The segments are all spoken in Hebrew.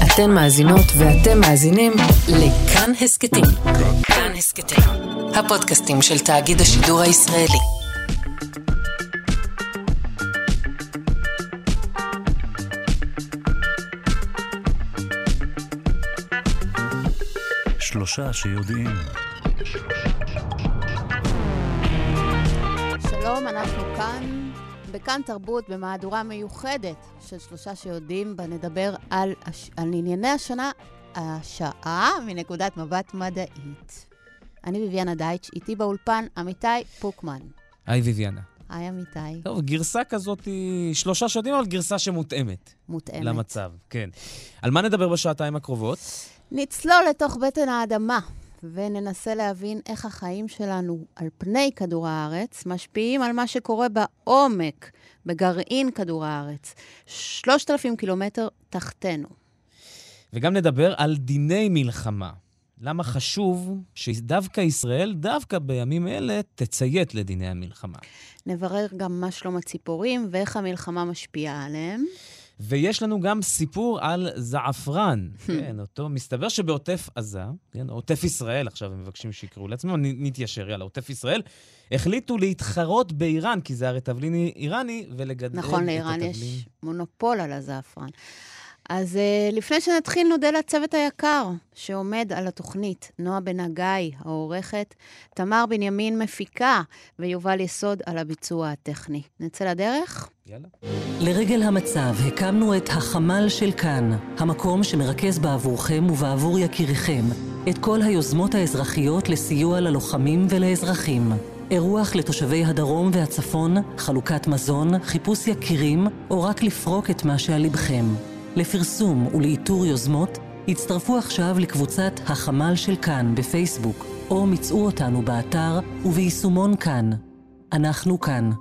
אתן מאזינות ואתם מאזינים לכאן הסקטים. כאן הסקטים, הפודקאסטים של תאגיד השידור הישראלי. שלושה שיודעים. שלום, אנחנו כאן בכאן תרבות במהדורה מיוחדת של שלושה שיודעים, בה נדבר על ענייני השעה מנקודת מבט מדעית. אני ויביאנה דייטש, איתי באולפן אמיתי פוקמן. היי ויביאנה. היי אמיתי. טוב, גרסה כזאת היא שלושה שיודעים, אבל גרסה שמותאמת. מותאמת. למצב, כן. על מה נדבר בשעתיים הקרובות? נצלול לתוך בטן האדמה, וננסה להבין איך החיים שלנו על פני כדור הארץ משפיעים על מה שקורה בעומק, בגרעין כדור הארץ, 3,000 קילומטר תחתנו. וגם נדבר על דיני מלחמה. למה חשוב שדווקא ישראל, דווקא בימים אלה, תציית לדיני המלחמה. נברר גם מה שלום הציפורים ואיך המלחמה משפיעה עליהם. ויש לנו גם סיפור על זעפרן. כן, אותו מסתבר שבעוטף עזה, כן, עוטף ישראל, עכשיו הם מבקשים שיקראו לעצמם, נתיישר, יאללה, עוטף ישראל, החליטו להתחרות באיראן, כי זה הרי תבלין איראני, ולגדל נכון, את התבלין. לאיראן יש מונופול על הזעפרן. אז לפני שנתחיל נודה לצוות היקר שעומד על התוכנית, נועה בן הגיא, העורכת, תמר בנימין מפיקה, ויובל יסוד על הביצוע הטכני. נצא לדרך? יאללה. לרגל המצב הקמנו את החמ"ל של כאן, המקום שמרכז בעבורכם ובעבור יקיריכם את כל היוזמות האזרחיות לסיוע ללוחמים ולאזרחים. אירוח לתושבי הדרום והצפון, חלוקת מזון, חיפוש יקירים, או רק לפרוק את מה שעל לבכם. לפרסום ולאיתור יוזמות, הצטרפו עכשיו לקבוצת החמ"ל של כאן בפייסבוק, או מצאו אותנו באתר וביישומון כאן. אנחנו כאן.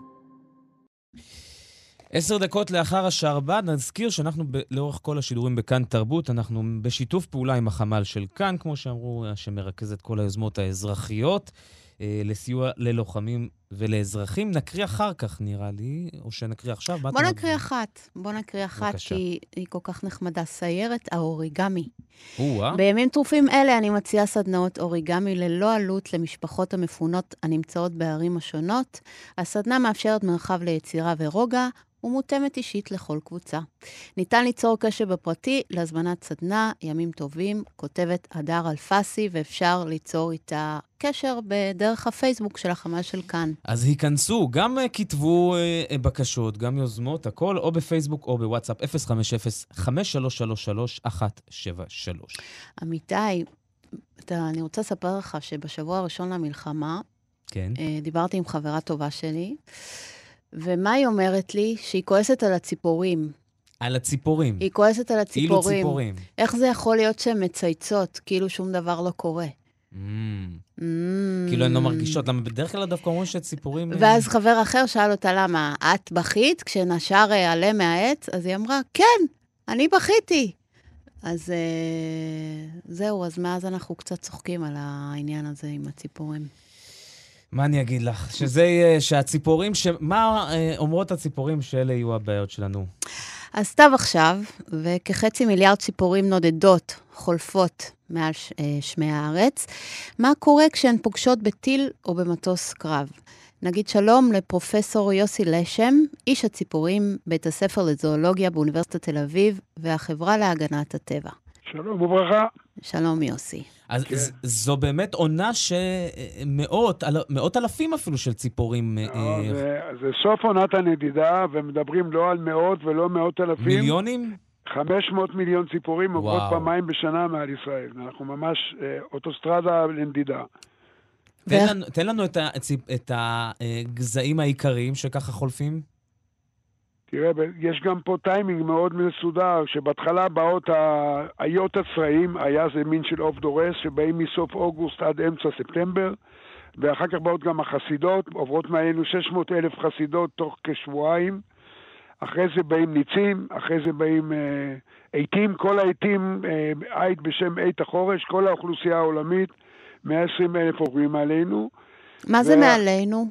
10 דקות לאחר השעה 4, נזכיר שאנחנו לאורך כל השידורים בכאן תרבות, אנחנו בשיתוף פעולה עם החמ"ל של כאן, כמו שאמרו, שמרכז את כל היוזמות האזרחיות, לסיוע ללוחמים ולאזרחים. נקריא אחר כך, נראה לי, או שנקריא עכשיו. בוא נקריא אחת, כי היא כל כך נחמדה. סיירת האוריגמי. בימים טרופים אלה אני מציעה סדנאות אוריגמי ללא עלות למשפחות המפונות הנמצאות בערים השונות. הסדנה מאפשרת מרחב ליצירה ורוגע, ומותאמת אישית לכל קבוצה. ניתן ליצור קשר בפרטי להזמנת סדנה, ימים טובים, כותבת הדר אלפסי, ואפשר ליצור איתה קשר בדרך הפייסבוק של החמ"ל של כאן. אז היכנסו, גם כתבו בקשות, גם יוזמות, הכל, או בפייסבוק או בוואטסאפ 050-5333-173. אמיתי, אני רוצה לספר לך שבשבוע הראשון למלחמה, כן. דיברתי עם חברה טובה שלי, ומה היא אומרת לי? שהיא כועסת על הציפורים. על הציפורים. היא כועסת על הציפורים. אילו ציפורים. איך זה יכול להיות שהן מצייצות, כאילו שום דבר לא קורה? כאילו הן לא מרגישות. למה בדרך כלל דווקא אומרים שציפורים... ואז חבר אחר שאל אותה למה, את בכית כשנשר עלה מהעץ? אז היא אמרה, כן, אני בכיתי. אז זהו, אז מאז אנחנו קצת צוחקים על העניין הזה עם הציפורים. מה אני אגיד לך? שהציפורים, מה אומרות הציפורים שאלה יהיו הבעיות שלנו? אז סתיו עכשיו, וכחצי מיליארד ציפורים נודדות, חולפות מעל שמי הארץ. מה קורה כשהן פוגשות בטיל או במטוס קרב? נגיד שלום לפרופסור יוסי לשם, איש הציפורים, בית הספר לזואולוגיה באוניברסיטת תל אביב, והחברה להגנת הטבע. שלום וברכה. שלום יוסי. אז כן. זו באמת עונה שמאות אלפים אפילו של ציפורים... זה סוף עונת הנדידה, ומדברים לא על מאות ולא מאות אלפים. מיליונים? 500 מיליון ציפורים עוברות פעמיים בשנה מעל ישראל. אנחנו ממש אוטוסטרדה לנדידה. תן לנו את הגזעים העיקריים שככה חולפים. תראה, יש גם פה טיימינג מאוד מסודר, שבהתחלה באות האיות הצרעים, היה זה מין של עוף דורס, שבאים מסוף אוגוסט עד אמצע ספטמבר, ואחר כך באות גם החסידות, עוברות מעלינו 600,000 חסידות תוך כשבועיים, אחרי זה באים ניצים, אחרי זה באים עיתים, כל העיתים, עית בשם עית החורש, כל האוכלוסייה העולמית, 120,000 עוברים עלינו. מה זה מעלינו?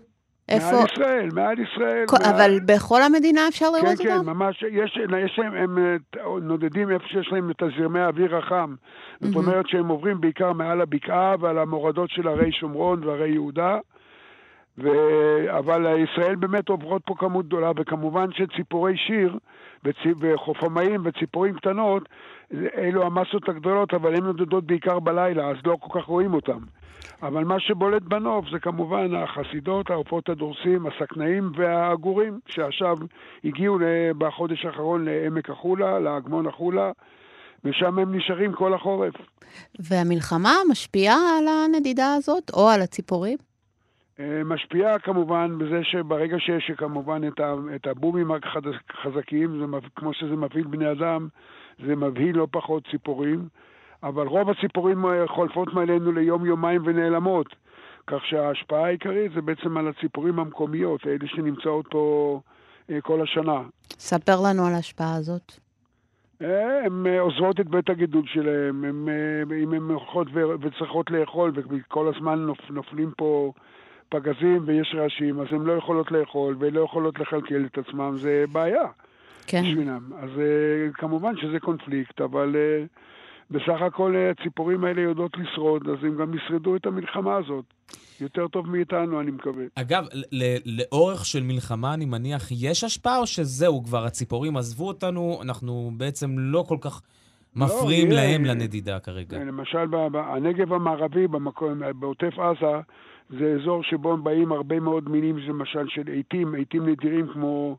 מעל ישראל. אבל בכל המדינה אפשר לראות אותם? כן, ממש. הם נודדים איפה שיש להם את הזרמי האוויר החם. זאת אומרת שהם עוברים בעיקר מעל הבקעה ועל המורדות של הרי שומרון והרי יהודה. אבל ישראל באמת עוברות פה כמות גדולה, וכמובן שציפורי שיר וחופמאים וציפורים קטנות, אלו המסות הגדולות, אבל הן נודדות בעיקר בלילה, אז לא כל כך רואים אותם. אבל מה שבולט בנוף זה כמובן החסידות, העופות הדורסים, הסכנאים והעגורים, שעכשיו הגיעו בחודש האחרון לעמק החולה, לאגמון החולה, ושם הם נשארים כל החורף. והמלחמה משפיעה על הנדידה הזאת, או על הציפורים? משפיעה כמובן בזה שברגע שיש כמובן את הבומים החזקים, כמו שזה מבהיל בני אדם, זה מבהיל לא פחות ציפורים, אבל רוב הציפורים חולפות מעלינו ליום יומיים ונעלמות, כך שההשפעה העיקרית זה בעצם על הציפורים המקומיות, אלה שנמצאות פה כל השנה. ספר לנו על ההשפעה הזאת. הן עוזרות את בית הגידול שלהם, אם הן הולכות וצריכות לאכול, וכל הזמן נופלים פה פגזים ויש רעשים, אז הן לא יכולות לאכול ולא יכולות לכלכל את עצמם, זה בעיה. כן. בשבילם. אז כמובן שזה קונפליקט, אבל בסך הכל הציפורים האלה יודעות לשרוד, אז הם גם ישרדו את המלחמה הזאת. יותר טוב מאיתנו, אני מקווה. אגב, לאורך של מלחמה, אני מניח, יש השפעה או שזהו כבר, הציפורים עזבו אותנו, אנחנו בעצם לא כל כך מפריעים להם לנדידה כרגע. למשל, הנגב המערבי, בעוטף עזה, זה אזור שבו באים הרבה מאוד מינים, למשל של עיתים נדירים כמו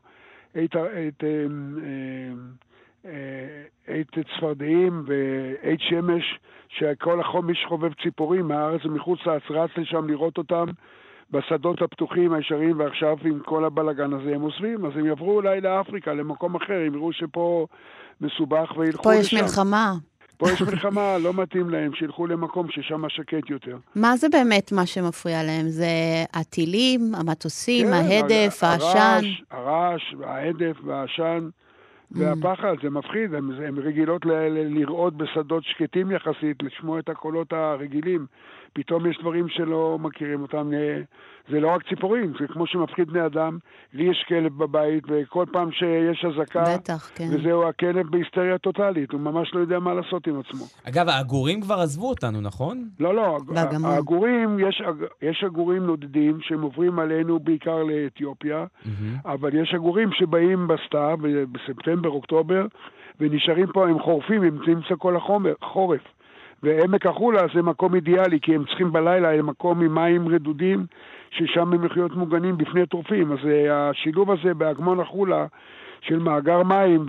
עית צפרדעים ועית שמש, שכל החומש חובב ציפורים מהארץ ומחוץ לארץ לשם לראות אותם בשדות הפתוחים הישרים, ועכשיו עם כל הבלגן הזה הם עוזבים, אז הם יעברו אולי לאפריקה, למקום אחר, הם יראו שפה מסובך וילכו פה לשם. יש מלחמה. פה יש מלחמה, לא מתאים להם, שילכו למקום ששם שקט יותר. מה זה באמת מה שמפריע להם? זה הטילים, המטוסים, ההדף, העשן? הרעש, ההדף והעשן והפחד, זה מפחיד. הם רגילות לראות בשדות שקטים יחסית, לשמוע את הקולות הרגילים. פתאום יש דברים שלא מכירים אותם. זה לא רק ציפורים, זה כמו שמפחיד בני אדם. לי יש כלב בבית, וכל פעם שיש הזקה, בטח, כן. וזהו הכלב בהיסטריה טוטלית, הוא ממש לא יודע מה לעשות עם עצמו. אגב, העגורים כבר עזבו אותנו, נכון? לא, העגורים, יש עגורים נודדים שהם עוברים עלינו בעיקר לאתיופיה, אבל יש עגורים שבאים בסתיו, בספטמבר, אוקטובר, ונשארים פה, הם חורפים, הם נמצאים כל החורף. ועמק החולה זה מקום אידיאלי, כי הם צריכים בלילה למקום עם מים רדודים, ששם הם יכולים להיות מוגנים בפני טורפים. אז השילוב הזה באגמון החולה של מאגר מים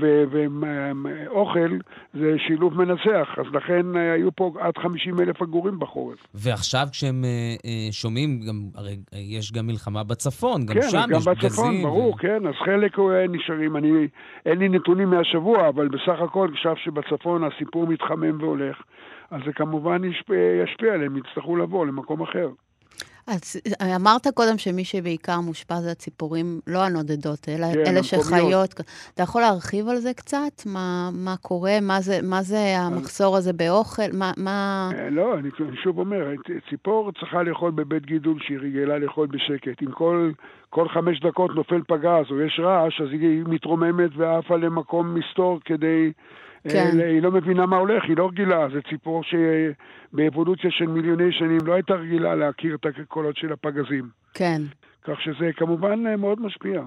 ואוכל, זה שילוב מנצח. אז לכן היו פה עד 50,000 עגורים בחורף. ועכשיו כשהם שומעים, הרי יש גם מלחמה בצפון, גם כן, שם גם יש בצפון, פגזים. ברור, כן, אז חלק נשארים. אין לי נתונים מהשבוע, אבל בסך הכל, עכשיו שבצפון הסיפור מתחמם והולך, אז זה כמובן ישפיע עליהם, יצטרכו לבוא למקום אחר. אז אמרת קודם שמי שבעיקר מושפע זה הציפורים לא הנודדות, אלא כן, אלה שחיות. אתה יכול להרחיב על זה קצת? מה קורה? מה זה המחסור הזה באוכל? לא, אני שוב אומר, ציפור צריכה לאכול בבית גידול שהיא רגילה לאכול בשקט. אם כל 5 דקות נופל פגז או יש רעש, אז היא מתרוממת ועפה למקום מסתור כדי... כן. היא לא מבינה מה הולך, היא לא רגילה, זה ציפור שבאבולוציה של מיליוני שנים לא הייתה רגילה להכיר את הקולות של הפגזים. כן. כך שזה כמובן מאוד משפיע.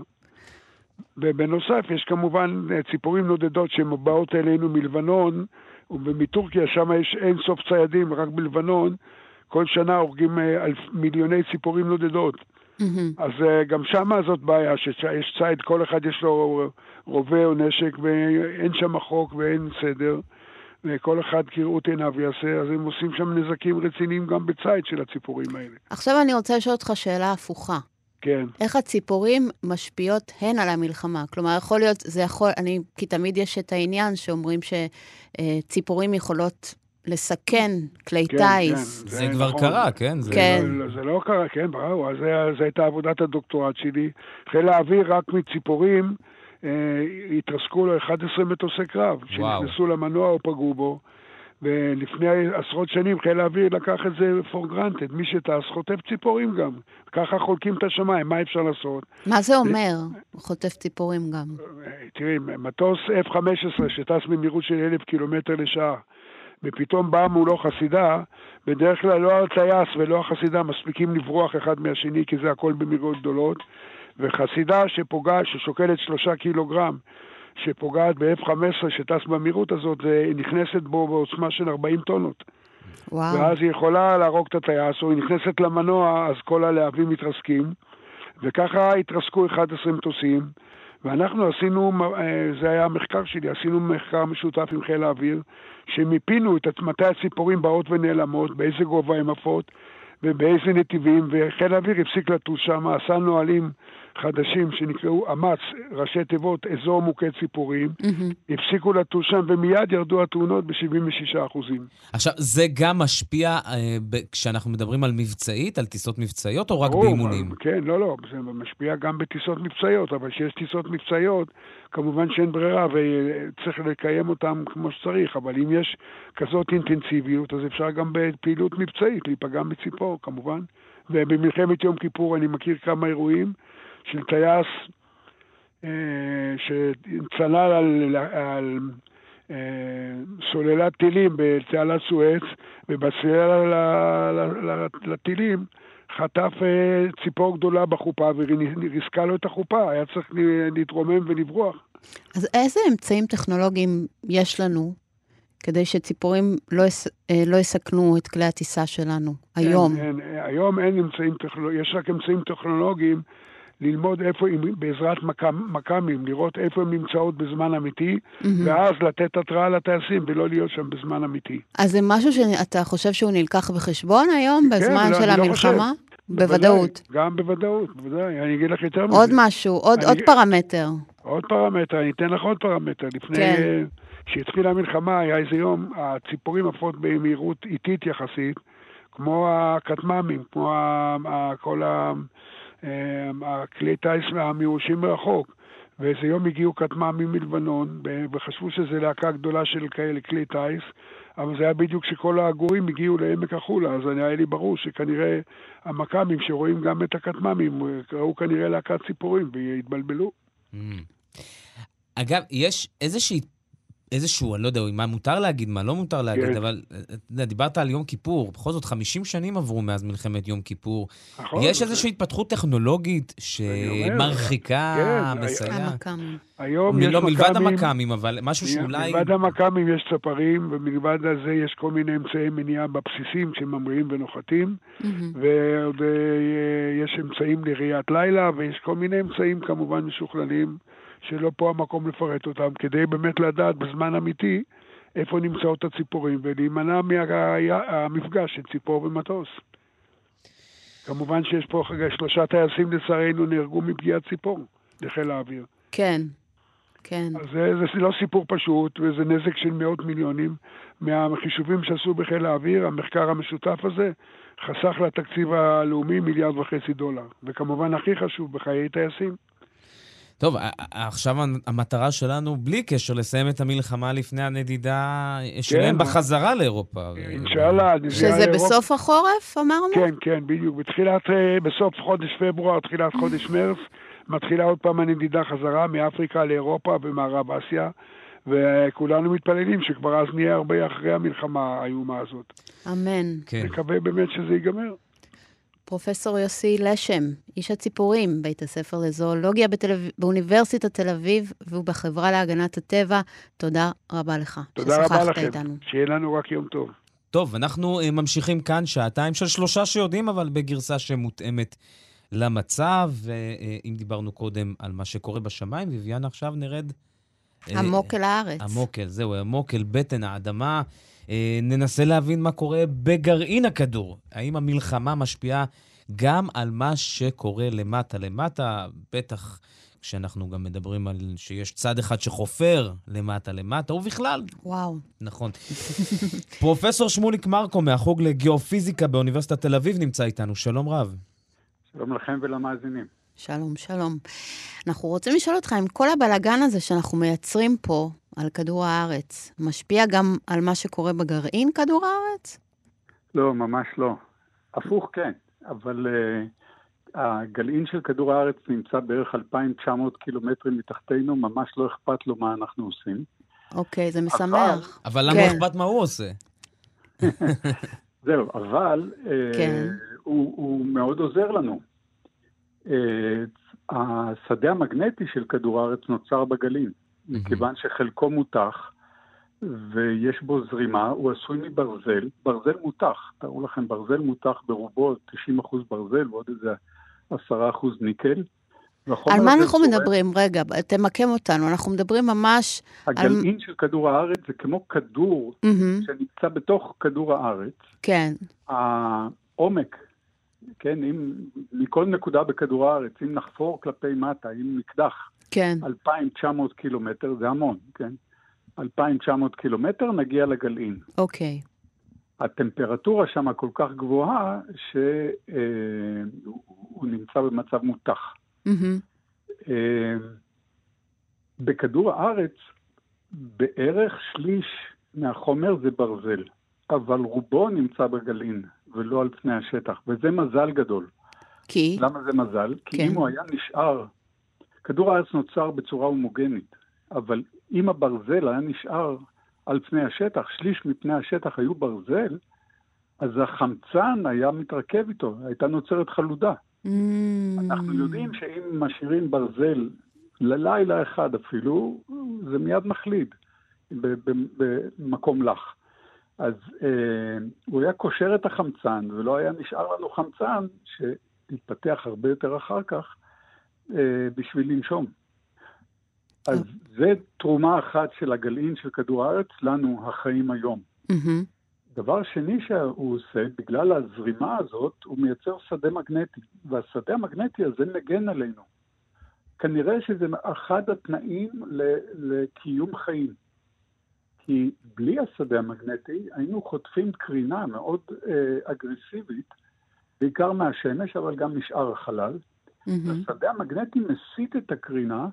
ובנוסף יש כמובן ציפורים נודדות שבאות אלינו מלבנון, ומטורקיה שם יש אין סוף ציידים, רק בלבנון, כל שנה הורגים מיליוני ציפורים נודדות. אז גם שם זאת בעיה, שיש צייד, כל אחד יש לו רובה או נשק, ואין שם חוק ואין סדר, וכל אחד כראות עיניו יעשה, אז הם עושים שם נזקים רציניים גם בצייד של הציפורים האלה. עכשיו אני רוצה לשאול אותך שאלה הפוכה. כן. איך הציפורים משפיעות הן על המלחמה? כלומר, יכול להיות, כי תמיד יש את העניין שאומרים שציפורים יכולות לסכן כלי טייס. זה כבר קרה, כן? זה לא קרה, כן, ברור. זו הייתה עבודת הדוקטורט שלי. חיל האוויר רק מציפורים התרסקו לו 11 מטוסי קרב, שנכנסו למנוע או פגעו בו, ולפני עשרות שנים חיל האוויר לקח את זה for granted. מי שטס חוטף ציפורים גם. ככה חולקים את השמיים, מה אפשר לעשות? מה זה אומר? חוטף ציפורים גם. תראי, מטוס F-15 שטס במהירות של 1,000 קילומטר לשעה, ופתאום באה מולו חסידה, בדרך כלל לא הטייס ולא החסידה מספיקים לברוח אחד מהשני, כי זה הכל במהירות גדולות, וחסידה ששוקלת 3 קילוגרם, שפוגעת ב-F-15 שטס במהירות הזאת, נכנסת בו בעוצמה של 40 טונות. וואו. ואז היא יכולה להרוג את הטייס, או היא נכנסת למנוע, אז כל הלהבים מתרסקים, וככה התרסקו 11 מטוסים, ואנחנו עשינו, זה היה המחקר שלי, עשינו מחקר משותף עם חיל האוויר, שמיפינו את מתי הציפורים באות ונעלמות, באיזה גובה הן עפות, ובאיזה נתיבים, וחיל האוויר הפסיק לטוס שם, עשה נועלים חדשים שנקראו אמץ, ראשי תיבות, אזור מוכה ציפורים, הפסיקו לטוס שם, ומיד ירדו התאונות ב-76%. עכשיו, זה גם משפיע כשאנחנו מדברים על מבצעית, על טיסות מבצעיות, או רק באימונים? כן, לא, זה משפיע גם בטיסות מבצעיות, אבל שיש טיסות מבצעיות, כמובן שאין ברירה, וצריך לקיים אותם כמו שצריך, אבל אם יש כזאת אינטנסיביות, אז אפשר גם בפעילות מבצעית, להיפגע מציפור, כמובן. ובמלחמת יום כיפור אני מכיר כמה אירועים, של טייס שצלל על סוללת טילים בתעלת סואץ, ובצלילה לטילים חטף ציפור גדולה בחופה וריסקה לו את החופה, היה צריך להתרומם ולברוח. אז איזה אמצעים טכנולוגיים יש לנו כדי שציפורים לא יסכנו את כלי הטיסה שלנו היום? היום אין אמצעים טכנולוגיים, יש רק אמצעים טכנולוגיים ללמוד איפה, בעזרת מקמים, לראות איפה הן נמצאות בזמן אמיתי, ואז לתת התראה לטייסים ולא להיות שם בזמן אמיתי. אז זה משהו שאתה חושב שהוא נלקח בחשבון היום, בזמן של המלחמה? בוודאות. גם בוודאות, בוודאי. אני אגיד לך יותר מזה. עוד משהו, עוד פרמטר. עוד פרמטר, אני אתן לך עוד פרמטר. לפני שהתחילה המלחמה, היה איזה יום, הציפורים עפות במהירות איטית יחסית, כמו הכטמ"מים, כמו כל הכלי טייס והמירושים מרחוק. ואיזה יום הגיעו כטמ"מים מלבנון, וחשבו שזה להקה גדולה של כאלה כלי טייס, אבל זה היה בדיוק שכל העגורים הגיעו לעמק החולה, אז היה לי ברור שכנראה המקמים שרואים גם את הכטמ"מים, ראו כנראה להקת ציפורים והתבלבלו. אגב, יש איזשהו, אני לא יודע, מה מותר להגיד, מה לא מותר להגיד, אבל דיברת על יום כיפור, בכל זאת 50 שנים עברו מאז מלחמת יום כיפור. יש איזושהי התפתחות טכנולוגית שמרחיקה, מסייעה? לא מלבד המקמים, אבל משהו שאולי... מלבד המקמים יש צפרים, ומלבד הזה יש כל מיני אמצעי מניעה בבסיסים שממריאים ונוחתים, ויש אמצעים לראיית לילה, ויש כל מיני אמצעים כמובן משוכללים, שלא פה המקום לפרט אותם, כדי באמת לדעת בזמן אמיתי איפה נמצאות הציפורים, ולהימנע מהמפגש של ציפור ומטוס. כמובן שיש פה 3 טייסים לצערנו נהרגו מפגיעת ציפור לחיל האוויר. כן, כן. אז זה לא סיפור פשוט, וזה נזק של מאות מיליונים. מהחישובים שעשו בחיל האוויר, המחקר המשותף הזה, חסך לתקציב הלאומי $1.5 מיליארד. וכמובן הכי חשוב, בחיי טייסים. טוב, עכשיו המטרה שלנו, בלי קשר, לסיים את המלחמה לפני הנדידה שלהם בחזרה לאירופה. אינשאללה. שזה בסוף החורף, אמרנו? כן, כן, בדיוק. בסוף חודש פברואר, תחילת חודש מרץ, מתחילה עוד פעם הנדידה חזרה מאפריקה לאירופה ומערב אסיה, וכולנו מתפללים שכבר אז נהיה הרבה אחרי המלחמה האיומה הזאת. אמן. מקווה באמת שזה ייגמר. פרופסור יוסי לשם, איש הציפורים, בית הספר לזואולוגיה באוניברסיטת תל אביב, והוא בחברה להגנת הטבע. תודה רבה לך. תודה רבה לכם. שיהיה לנו רק יום טוב. טוב, אנחנו ממשיכים כאן שעתיים של 3 שיודעים, אבל בגרסה שמותאמת למצב, ואם דיברנו קודם על מה שקורה בשמיים, ויביאנה עכשיו נרד... עמוק אל הארץ. עמוק אל בטן האדמה. ננסה להבין מה קורה בגרעין הכדור. האם המלחמה משפיעה גם על מה שקורה למטה, בטח כשאנחנו גם מדברים על שיש צד אחד שחופר למטה, ובכלל. וואו. נכון. פרופסור שמוליק מרקו מהחוג לגיאופיזיקה באוניברסיטת תל אביב נמצא איתנו. שלום רב. שלום לכם ולמאזינים. שלום, שלום. אנחנו רוצים לשאול אותך, אם כל הבלגן הזה שאנחנו מייצרים פה על כדור הארץ, משפיע גם על מה שקורה בגרעין כדור הארץ? לא, ממש לא. הפוך כן, אבל הגלעין של כדור הארץ נמצא בערך 2,900 קילומטרים מתחתנו, ממש לא אכפת לו מה אנחנו עושים. אוקיי, זה משמח. אבל למה לא אכפת מה הוא עושה? זהו, אבל הוא מאוד עוזר לנו. השדה המגנטי של כדור הארץ נוצר בגלעין, מכיוון שחלקו מותח, ויש בו זרימה, הוא עשוי מברזל, ברזל מותח, תראו לכם, ברזל מותח ברובו 90% ברזל, ועוד איזה 10% ניקל. על מה אנחנו מדברים? רגע, תמקם אותנו, אנחנו מדברים ממש... הגלעין של כדור הארץ זה כמו כדור שנמצא בתוך כדור הארץ. כן. העומק, כן, מכל נקודה בכדור הארץ, אם נחפור כלפי מטה, אם נקדח, כן. 2,900 קילומטר, זה המון, כן? 2,900 קילומטר נגיע לגלעין. אוקיי. הטמפרטורה שם כל כך גבוהה שהוא נמצא במצב מותח. בכדור הארץ בערך שליש מהחומר זה ברזל, אבל רובו נמצא בגלעין ולא על פני השטח, וזה מזל גדול. כי? למה זה מזל? כי אם הוא היה נשאר, כדור הארץ נוצר בצורה הומוגנית, אבל אם הברזל היה נשאר על פני השטח, שליש מפני השטח היו ברזל, אז החמצן היה מתרכב איתו, הייתה נוצרת חלודה. אנחנו יודעים שאם משאירים ברזל ללילה אחד אפילו, זה מיד מחליד במקום לח. אז הוא היה קושר את החמצן, ולא היה נשאר לנו חמצן שהתפתח הרבה יותר אחר כך בשביל לנשום. אז זה תרומה אחת של הגלעין של כדור הארץ, לנו החיים היום. דבר שני שהוא עושה, בגלל הזרימה הזאת, הוא מייצר שדה מגנטי, והשדה המגנטי הזה מגן עלינו. כנראה שזה אחד התנאים לקיום חיים. כי בלי השדה המגנטי היינו חוטפים קרינה מאוד אגרסיבית, בעיקר מהשמש, אבל גם משאר החלל. השדה המגנטי מסית את הקרינה,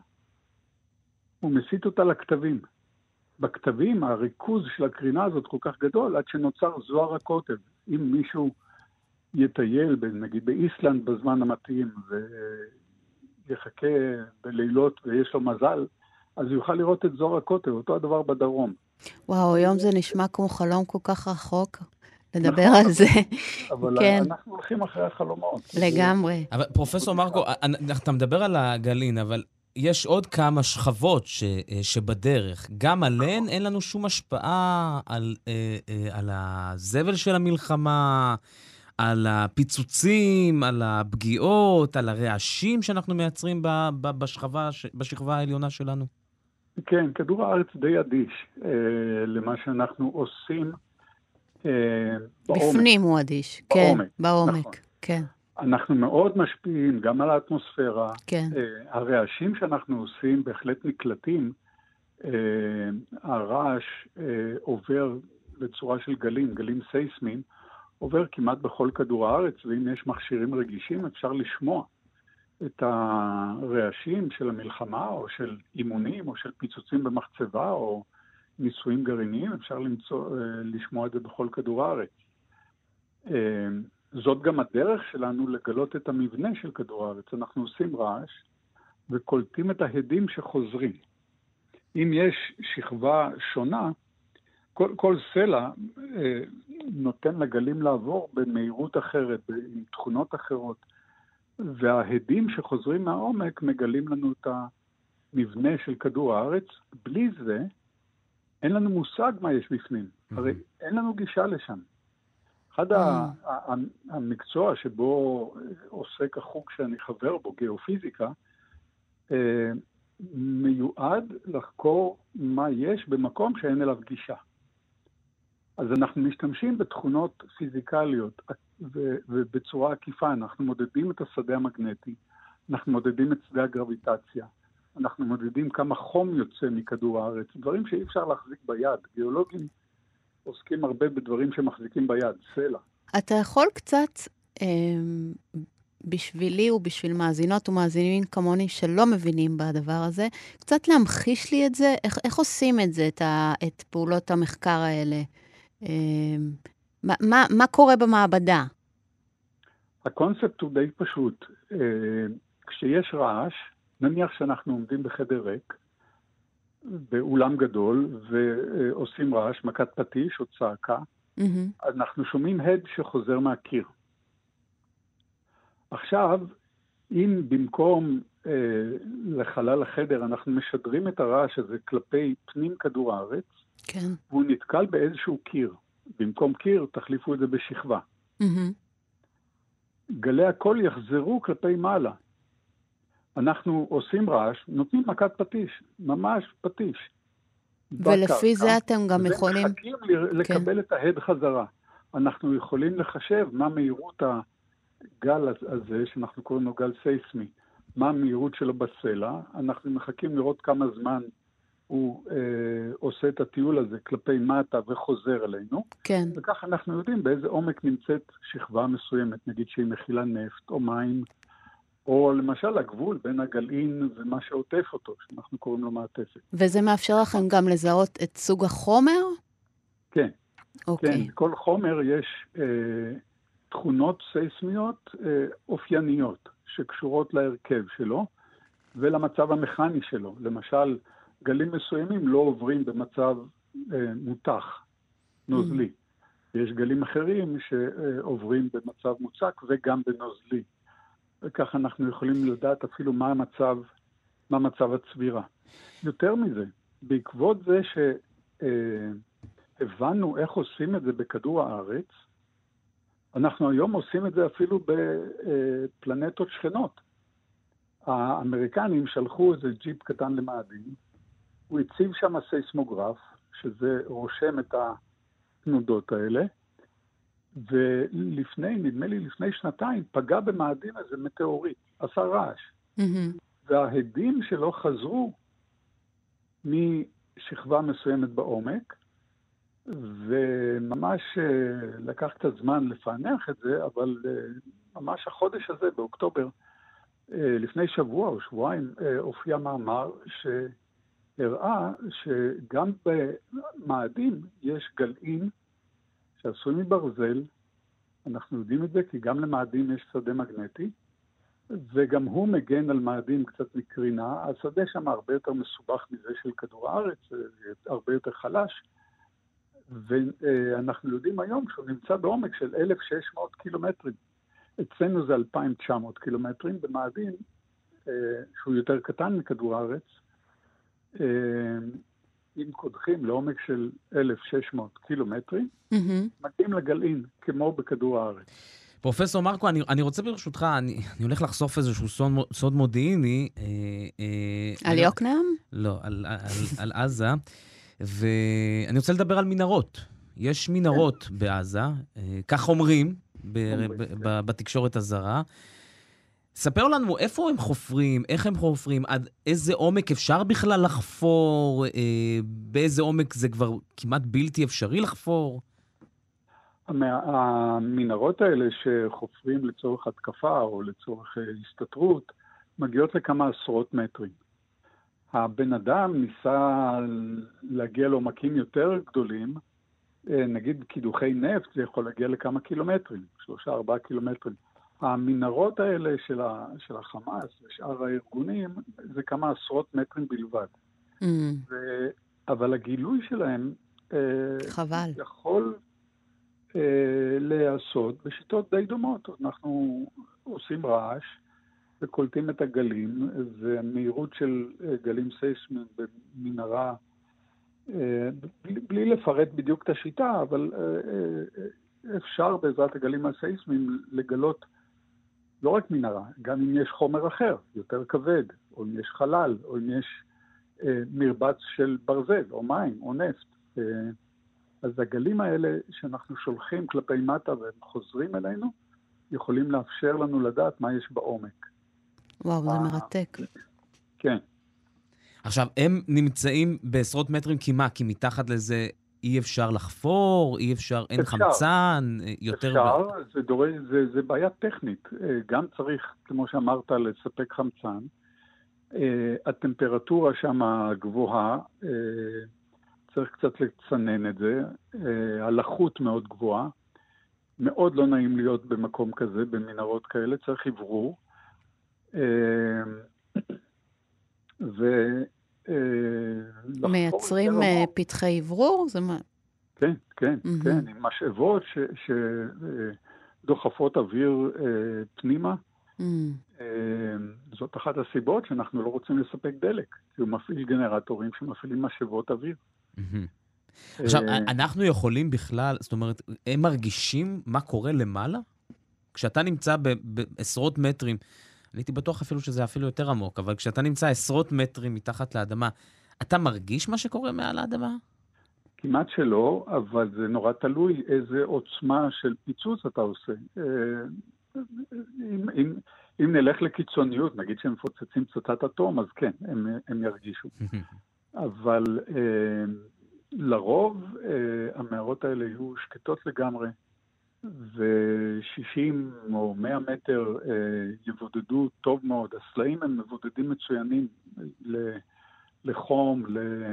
הוא מסית אותה לכתבים. בכתבים הריכוז של הקרינה הזאת כל כך גדול, עד שנוצר זוהר הקוטב. אם מישהו יטייל, נגיד באיסלנד בזמן המתאים, ויחכה בלילות ויש לו מזל, אז הוא יוכל לראות את זוהר הקוטב, אותו הדבר בדרום. וואו, היום זה נשמע כמו חלום כל כך רחוק, לדבר על זה. אבל אנחנו הולכים אחרי החלומות. לגמרי. אבל פרופסור מרקו, אתה מדבר על הגלעין, אבל יש עוד כמה שכבות שבדרך. גם עליהן אין לנו שום השפעה על הזבל של המלחמה, על הפיצוצים, על הפגיעות, על הרעשים שאנחנו מייצרים בשכבה העליונה שלנו. כן, כדור הארץ די אדיש למה שאנחנו עושים בעומק. בפנים הוא אדיש, כן, בעומק, כן. אנחנו מאוד משפיעים גם על האטמוספירה. כן. הרעשים שאנחנו עושים בהחלט נקלטים. הרעש עובר בצורה של גלים סייסמיים, עובר כמעט בכל כדור הארץ, ואם יש מכשירים רגישים אפשר לשמוע את הרעשים של המלחמה, או של אימונים, או של פיצוצים במחצבה, או ניסויים גרעיניים, אפשר לשמוע את זה בכל כדור הארץ. זאת גם הדרך שלנו לגלות את המבנה של כדור הארץ. אנחנו עושים רעש וקולטים את ההדים שחוזרים. אם יש שכבה שונה, כל סלע נותן לגלים לעבור במהירות אחרת, עם תכונות אחרות, וההדים שחוזרים מהעומק מגלים לנו את המבנה של כדור הארץ. בלי זה אין לנו מושג מה יש בפנים. הרי אין לנו גישה לשם. אחד המקצוע שבו עוסק החוג שאני חבר בו, גיאופיזיקה, מיועד לחקור מה יש במקום שאין אליו גישה. אז אנחנו משתמשים בתכונות פיזיקליות, ובצורה עקיפה אנחנו מודדים את השדה המגנטי, אנחנו מודדים את שדה הגרביטציה, אנחנו מודדים כמה חום יוצא מכדור הארץ, דברים שאי אפשר להחזיק ביד. גיאולוגים עוסקים הרבה בדברים שמחזיקים ביד, סלע. אתה יכול קצת בשבילי ובשביל מאזינות ומאזינים כמוני שלא מבינים בדבר הזה, קצת להמחיש לי את זה, איך עושים את זה, את פעולות המחקר האלה? מה קורה במעבדה? הקונספט הוא די פשוט. כשיש רעש, נניח שאנחנו עומדים בחדר ריק, באולם גדול, ועושים רעש, מכת פטיש או צעקה, אנחנו שומעים הד שחוזר מהקיר. עכשיו, אם במקום לחלל החדר אנחנו משדרים את הרעש הזה כלפי פנים כדור הארץ, כן. והוא נתקל באיזשהו קיר. במקום קיר, תחליפו את זה בשכבה. גלי הקול יחזרו כלפי מעלה. אנחנו עושים רעש, נותנים מכת פטיש, ממש פטיש. ולפי זה אתם גם יכולים... ומחכים לקבל את ההד חזרה. אנחנו יכולים לחשב מה מהירות הגל הזה, שאנחנו קוראים לו גל סייסמי, מה המהירות שלו בסלע. אנחנו מחכים לראות כמה זמן הוא עושה את הטיול הזה כלפי מטה וחוזר אלינו. כן. וכך אנחנו יודעים באיזה עומק נמצאת שכבה מסוימת, נגיד שהיא מכילה נפט או מים, או למשל הגבול בין הגלעין ומה שעוטף אותו, שאנחנו קוראים לו מעטפת. וזה מאפשר לכם גם לזהות את סוג החומר? כן. אוקיי. כן, לכל חומר יש תכונות סייסמיות אופייניות, שקשורות להרכב שלו ולמצב המכני שלו. למשל, גלים מסוימים לא עוברים במצב מותח, נוזלי. יש גלים אחרים שעוברים במצב מוצק וגם בנוזלי. וכך אנחנו יכולים לדעת אפילו מה מצב הצבירה. יותר מזה, בעקבות זה שהבנו איך עושים את זה בכדור הארץ, אנחנו היום עושים את זה אפילו בפלנטות שכנות. האמריקנים שלחו איזה ג'יפ קטן למאדים, הוא הציב שם סייסמוגרף, שזה רושם את התנודות האלה, ולפני, נדמה לי לפני שנתיים, פגע במאדים איזה מטאוריט, עשה רעש. וההדים שלו חזרו משכבה מסוימת בעומק, וממש לקח קצת זמן לפענח את זה, אבל ממש החודש הזה, באוקטובר, לפני שבוע או שבועיים, הופיע מאמר שהראה שגם במאדים יש גלעין שעשוי מברזל, אנחנו יודעים את זה כי גם למאדים יש שדה מגנטי, וגם הוא מגן על מאדים קצת מקרינה. השדה שם הרבה יותר מסובך מזה של כדור הארץ, הרבה יותר חלש, ואנחנו יודעים היום שהוא נמצא בעומק של 1,600 קילומטרים. אצלנו זה 2,900 קילומטרים, במאדים שהוא יותר קטן מכדור הארץ, אם קודחים לעומק של 1,600 קילומטרים, מגיעים לגלעין, כמו בכדור הארץ. פרופסור מרקו, אני רוצה ברשותך, אני הולך לחשוף איזשהו סוד מודיעיני. על יוקנעם? לא, על עזה. ואני רוצה לדבר על מנהרות. יש מנהרות בעזה, כך אומרים בתקשורת הזרה. ספר לנו איפה הם חופרים, איך הם חופרים, עד איזה עומק אפשר בכלל לחפור, באיזה עומק זה כבר כמעט בלתי אפשרי לחפור. המנהרות האלה שחופרים לצורך התקפה או לצורך הסתתרות, מגיעות לכמה עשרות מטרים. הבן אדם ניסה להגיע לעומקים יותר גדולים, נגיד קידוחי נפט, זה יכול להגיע לכמה קילומטרים, 3-4 קילומטרים. המנהרות האלה של החמאס ושאר הארגונים, זה כמה עשרות מטרים בלבד. אבל הגילוי שלהם יכול להיעשות בשיטות די דומות. אנחנו עושים רעש וקולטים את הגלים, והמהירות של גלים סייסמיים במנהרה, בלי לפרט בדיוק את השיטה, אבל אפשר בעזרת הגלים הסייסמיים לגלות לא רק מנהרה, גם אם יש חומר אחר, יותר כבד, או אם יש חלל, או אם יש מרבץ של ברזל, או מים, או נפט. אז הגלים האלה שאנחנו שולחים כלפי מטה והם חוזרים אלינו, יכולים לאפשר לנו לדעת מה יש בעומק. וואו, זה מרתק. כן. עכשיו, הם נמצאים בעשרות מטרים כמעט, כי מתחת לזה אי אפשר לחפור, אי אפשר, אין חמצן, יותר... אפשר, זה בעיה טכנית. גם צריך, כמו שאמרת, לספק חמצן. הטמפרטורה שם גבוהה, צריך קצת לצנן את זה. הלחות מאוד גבוהה. מאוד לא נעים להיות במקום כזה, במנהרות כאלה, צריך עברור. מייצרים פתחי עברור? כן, כן, כן, עם משאבות שדוחפות אוויר פנימה. זאת אחת הסיבות שאנחנו לא רוצים לספק דלק, כי הוא מפעיל גנרטורים שמפעילים משאבות אוויר. עכשיו, אנחנו יכולים בכלל, זאת אומרת, הם מרגישים מה קורה למעלה? כשאתה נמצא בעשרות מטרים, אני הייתי בטוח אפילו שזה אפילו יותר עמוק, אבל כשאתה נמצא עשרות מטרים מתחת לאדמה, אתה מרגיש מה שקורה מעל האדמה? כמעט שלא, אבל זה נורא תלוי איזה עוצמה של פיצוץ אתה עושה. אם נלך לקיצוניות, נגיד שהם מפוצצים פצצת אטום, אז כן, הם ירגישו. אבל לרוב המערות האלה יהיו שקטות לגמרי, ו-60 או 100 מטר יבודדו טוב מאוד. הסלעים הם מבודדים מצוינים לחום,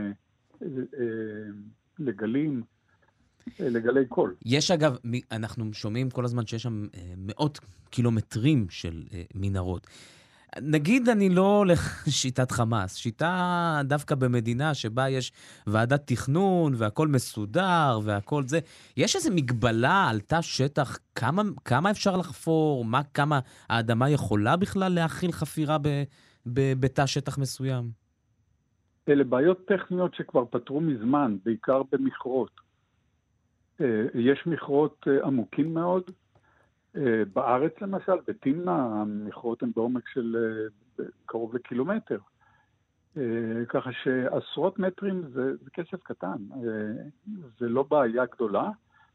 לגלים, לגלי קול. יש אגב, אנחנו שומעים כל הזמן שיש שם מאות קילומטרים של מנהרות. נגיד אני לא הולך שיטת חמאס, שיטה דווקא במדינה שבה יש ועדת תכנון והכל מסודר והכל זה. יש איזו מגבלה על תא שטח, כמה אפשר לחפור, כמה האדמה יכולה בכלל להכיל חפירה בתא שטח מסוים? אלה בעיות טכניות שכבר פתרו מזמן, בעיקר במכרות. יש מכרות עמוקים מאוד. בארץ למשל, בתמנע, המכרות הן בעומק של קרוב לקילומטר. ככה שעשרות מטרים זה כסף קטן. זה לא בעיה גדולה.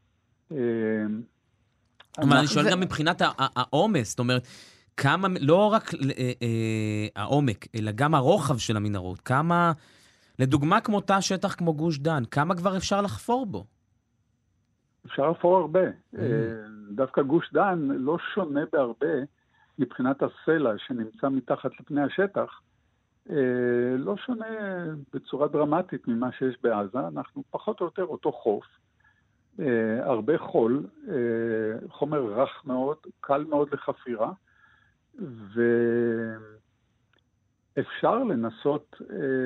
אבל אני שואל גם מבחינת העומס, זאת אומרת, כמה, לא רק העומק, אלא גם הרוחב של המנהרות. כמה, לדוגמה כמו תא שטח כמו גוש דן, כמה כבר אפשר לחפור בו? אפשר לחפור הרבה. דווקא גוש דן לא שונה בהרבה מבחינת הסלע שנמצא מתחת לפני השטח. לא שונה בצורה דרמטית ממה שיש בעזה. אנחנו פחות או יותר אותו חוף. הרבה חול, חומר רך מאוד, קל מאוד לחפירה. ואפשר לנסות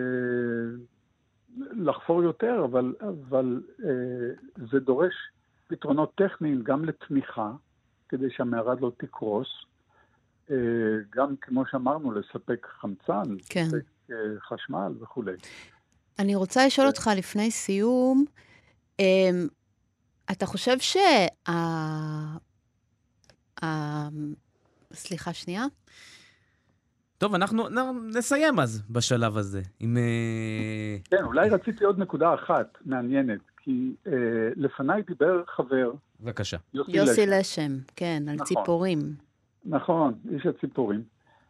לחפור יותר, אבל זה דורש פתרונות טכניים גם לתמיכה, כדי שהמערד לא תקרוס, גם כמו שאמרנו, לספק חמצן, כן. לספק חשמל וכו'. אני רוצה לשאול אותך לפני סיום, אתה חושב סליחה שנייה. טוב, אנחנו נסיים אז בשלב הזה. כן, אולי רציתי עוד נקודה אחת מעניינת, כי לפניי דיבר חבר. בבקשה. יוסי לשם, כן, על ציפורים. נכון, איש הציפורים.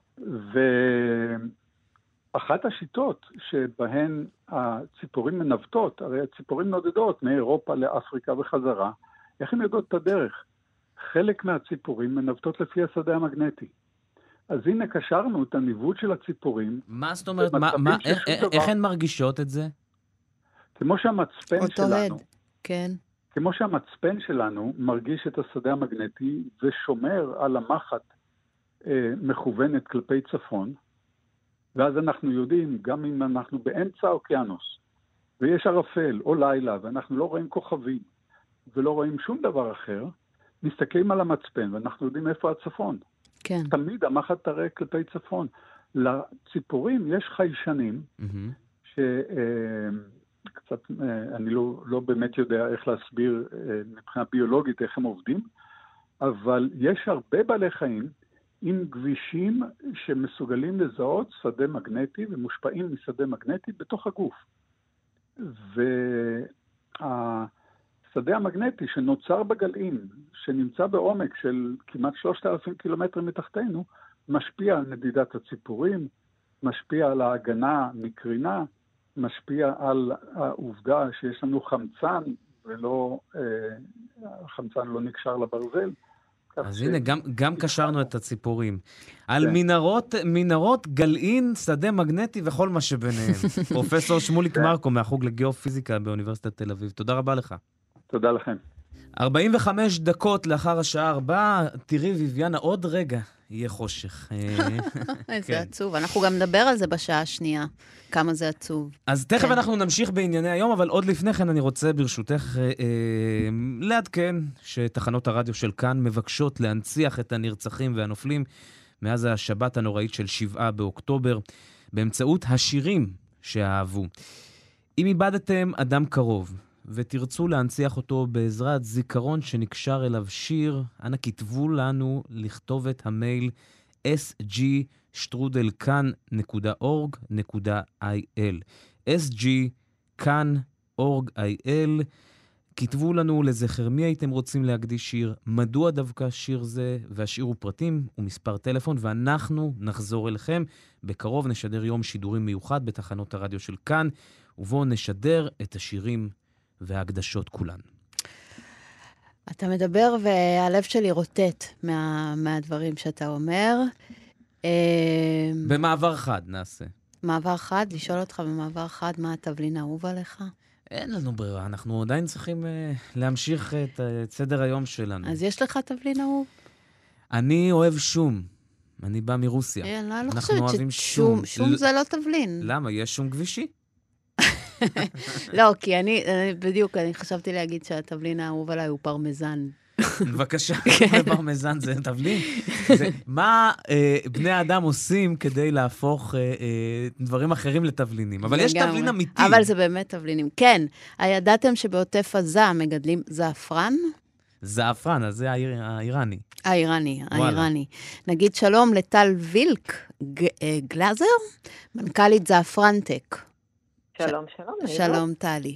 ואחת השיטות שבהן הציפורים מנווטות, הרי הציפורים נודדות מאירופה לאפריקה וחזרה, איך הן יודעות את הדרך? חלק מהציפורים מנווטות לפי השדה המגנטי. אז הנה קשרנו את הניווט של הציפורים. מה זאת אומרת? איך הן מרגישות את זה? כמו שהמצפן שלנו, כן. כמו שהמצפן שלנו מרגיש את השדה המגנטי ושומר על המחט מכוונת כלפי צפון, ואז אנחנו יודעים, גם אם אנחנו באמצע האוקיינוס, ויש ערפל או לילה, ואנחנו לא רואים כוכבים, ולא רואים שום דבר אחר, מסתכלים על המצפן, ואנחנו יודעים איפה הצפון. כן. תמיד המחט תראה כלפי צפון. לציפורים יש חיישנים, שקצת, אני לא באמת יודע איך להסביר מבחינה ביולוגית איך הם עובדים, אבל יש הרבה בעלי חיים עם גבישים שמסוגלים לזהות שדה מגנטי ומושפעים משדה מגנטי בתוך הגוף. השדה המגנטי שנוצר בגלעים, שנמצא בעומק של כמעט 3,000 קילומטרים מתחתנו, משפיע על נדידת הציפורים, משפיע על ההגנה מקרינה, משפיע על העובדה שיש לנו חמצן, ולא, החמצן לא נקשר לברזל. אז הנה, גם קשרנו את הציפורים. על מנהרות, גלעין, שדה מגנטי וכל מה שביניהם. פרופסור שמוליק מרקו מהחוג לגיאופיזיקה באוניברסיטת תל אביב. תודה רבה לך. תודה לכם. 45 דקות לאחר השעה 4, תראי ויביאנה, עוד רגע יהיה חושך. איזה עצוב. אנחנו גם נדבר על זה בשעה השנייה, כמה זה עצוב. אז תכף אנחנו נמשיך בענייני היום, אבל עוד לפני כן אני רוצה ברשותך לעדכן שתחנות הרדיו של כאן מבקשות להנציח את הנרצחים והנופלים מאז השבת הנוראית של 7 באוקטובר, באמצעות השירים שאהבו. אם איבדתם אדם קרוב, ותרצו להנציח אותו בעזרת זיכרון שנקשר אליו שיר, אנא כתבו לנו לכתוב את המייל sg@kan.org.il sg.kan.org.il. כתבו לנו לזכר מי הייתם רוצים להקדיש שיר, מדוע דווקא שיר זה, והשאירו פרטים ומספר טלפון, ואנחנו נחזור אליכם. בקרוב נשדר יום שידורים מיוחד בתחנות הרדיו של כאן, ובו נשדר את השירים וההקדשות כולן. אתה מדבר והלב שלי רוטט מהדברים שאתה אומר. במעבר חד נעשה. מעבר חד? לשאול אותך במעבר חד מה התבלין האהוב עליך? אין לנו ברירה, אנחנו עדיין צריכים להמשיך את סדר היום שלנו. אז יש לך תבלין אהוב? אני אוהב שום. אני בא מרוסיה. אני לא חושבת ששום זה לא תבלין. למה? יש שום כבישי? לא, כי אני חשבתי להגיד שהתבלין האהוב עליי הוא פרמזן. בבקשה, פרמזן זה תבלין. מה בני האדם עושים כדי להפוך דברים אחרים לתבלינים? אבל יש תבלין אמיתי. אבל זה באמת תבלינים. כן, הידעתם שבעוטף עזה מגדלים זעפרן? זעפרן, אז זה האיראני. האיראני. נגיד שלום לטל וילק גלאזר, מנכ"לית זעפרנטק. שלום. שלום, טלי.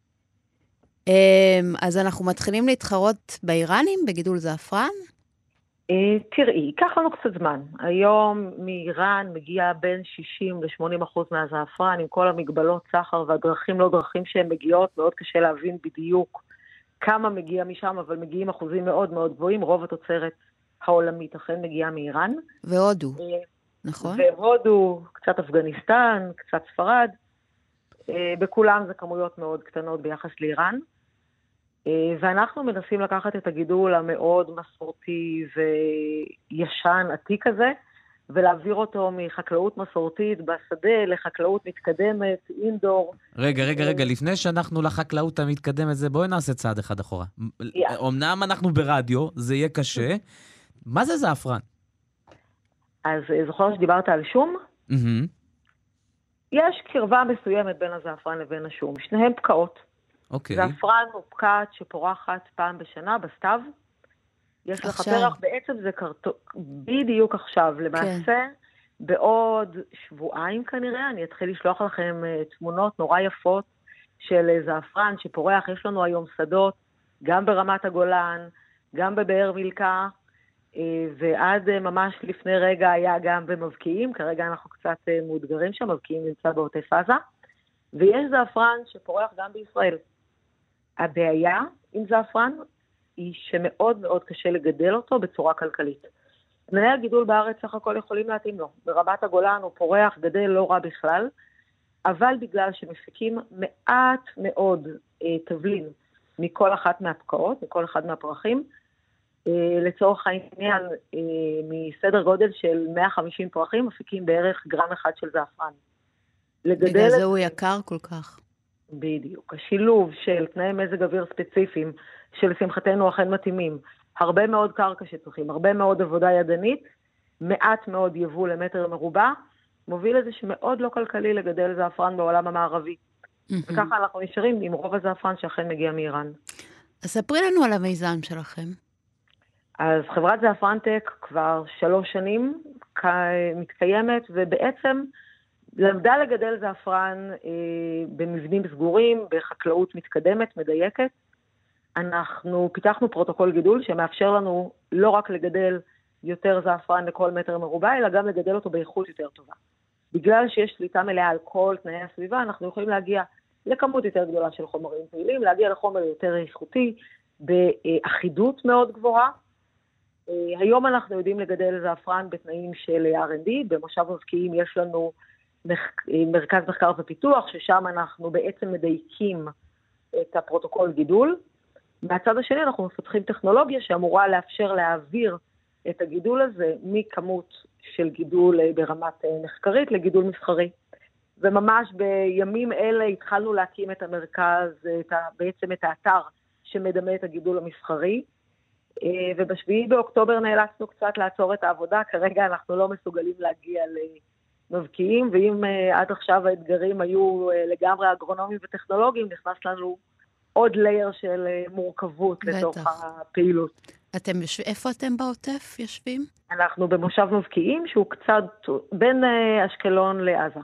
אז אנחנו מתחילים להתחרות באיראנים, בגידול זעפרן? תראי, ייקח לנו קצת זמן. היום מאיראן מגיע בין 60-80% מהזעפרן, עם כל המגבלות סחר והדרכים לא דרכים שהן מגיעות, מאוד קשה להבין בדיוק כמה מגיע משם, אבל מגיעים אחוזים מאוד מאוד גבוהים, רוב התוצרת העולמית אכן מגיעה מאיראן. והודו, נכון? והודו, קצת אפגניסטן, קצת ספרד, בכולם זה כמויות מאוד קטנות ביחס לאיראן, ואנחנו מנסים לקחת את הגידול המאוד מסורתי וישן, עתיק הזה, ולהעביר אותו מחקלאות מסורתית בשדה לחקלאות מתקדמת, אינדור. רגע, לפני שאנחנו לחקלאות המתקדמת זה, בואי נעשה צעד אחד אחורה. אמנם אנחנו ברדיו, זה יהיה קשה. מה זה זעפרן? אז זוכר שדיברת על שום? יש קרבה מסוימת בין הזעפרן לבין השום. שניהם פקעות. זעפרן הוא פקעת שפורחת פעם בשנה בסתיו. יש לך פרח, בעצם זה בדיוק עכשיו. למעשה, בעוד שבועיים כנראה, אני אתחיל לשלוח לכם תמונות נורא יפות של זעפרן שפורח. יש לנו היום שדות, גם ברמת הגולן, גם בבאר מילכה, ועד ממש לפני רגע היה גם במבקיעים, כרגע אנחנו קצת מאותגרים שם, מבקיעים נמצא בעוטף עזה, ויש זעפרן שפורח גם בישראל. הבעיה עם זעפרן היא שמאוד מאוד קשה לגדל אותו בצורה כלכלית. תנאי הגידול בארץ סך הכל יכולים להתאים לו. ברמת הגולן הוא פורח, גדל לא רע בכלל, אבל בגלל שמפיקים מעט מאוד תבלין מכל אחת מהפקעות, מכל אחד מהפרחים, לצורך העניין, מסדר גודל של 150 פרחים, מפיקים בערך גרם אחד של זעפרן. בגלל זה הוא יקר כל כך. בדיוק. השילוב של תנאי מזג אוויר ספציפיים, שלשמחתנו אכן מתאימים, הרבה מאוד קרקע שצריכים, הרבה מאוד עבודה ידנית, מעט מאוד יבוא למטר מרובע, מוביל לזה שמאוד לא כלכלי לגדל זעפרן בעולם המערבי. וככה אנחנו נשארים עם רוב הזעפרן שאכן מגיע מאיראן. אז ספרי לנו על המיזם שלכם. אז חברת זעפרנטק כבר 3 שנים מתקיימת, ובעצם למדה לגדל זעפרן במבנים סגורים, בחקלאות מתקדמת, מדייקת. אנחנו פיתחנו פרוטוקול גידול שמאפשר לנו לא רק לגדל יותר זעפרן לכל מטר מרובע, אלא גם לגדל אותו באיכות יותר טובה. בגלל שיש שליטה מלאה על כל תנאי הסביבה, אנחנו יכולים להגיע לכמות יותר גדולה של חומרים פעילים, להגיע לחומר יותר איכותי, באחידות מאוד גבוהה. היום אנחנו יודעים לגדל זעפרן בתנאים של R&D, במושב מבקיעים יש לנו מרכז מחקר ופיתוח, ששם אנחנו בעצם מדייקים את הפרוטוקול גידול. מהצד השני אנחנו מפתחים טכנולוגיה שאמורה לאפשר להעביר את הגידול הזה מכמות של גידול ברמת מחקרית לגידול מסחרי. וממש בימים אלה התחלנו להקים את המרכז, בעצם את האתר שמדמה את הגידול המסחרי, ובשביעי באוקטובר נאלצנו קצת לעצור את העבודה, כרגע אנחנו לא מסוגלים להגיע למבקיעים, ואם עד עכשיו האתגרים היו לגמרי אגרונומיים וטכנולוגיים, נכנס לנו עוד לייר של מורכבות לתוך הפעילות. איפה אתם בעוטף יושבים? אנחנו במושב מבקיעים, שהוא קצת בין אשקלון לעזה.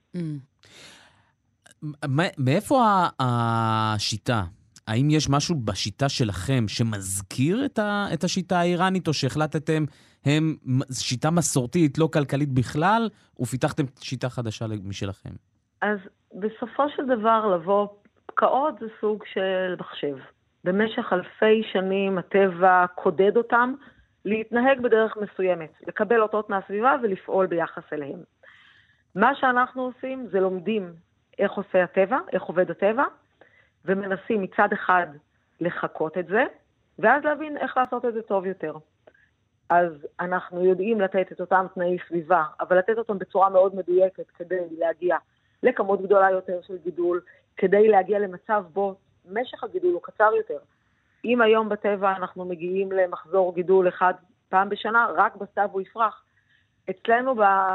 מאיפה השיטה? האם יש משהו בשיטה שלכם שמזכיר את השיטה האיראנית, או שהחלטתם הם שיטה מסורתית, לא כלכלית בכלל, ופיתחתם שיטה חדשה משלכם? אז בסופו של דבר לבוא פקעות זה סוג של מחשב. במשך אלפי שנים הטבע קודד אותם להתנהג בדרך מסוימת, לקבל אותות מהסביבה ולפעול ביחס אליהם. מה שאנחנו עושים זה לומדים איך עושה הטבע, איך עובד הטבע, ומנסים מצד אחד לחכות את זה, ואז להבין איך לעשות את זה טוב יותר. אז אנחנו יודעים לתת את אותם תנאי סביבה, אבל לתת אותם בצורה מאוד מדויקת כדי להגיע לכמות גדולה יותר של גידול, כדי להגיע למצב בו משך הגידול הוא קצר יותר. אם היום בטבע אנחנו מגיעים למחזור גידול אחד פעם בשנה, רק בסתיו הוא יפרח. אצלנו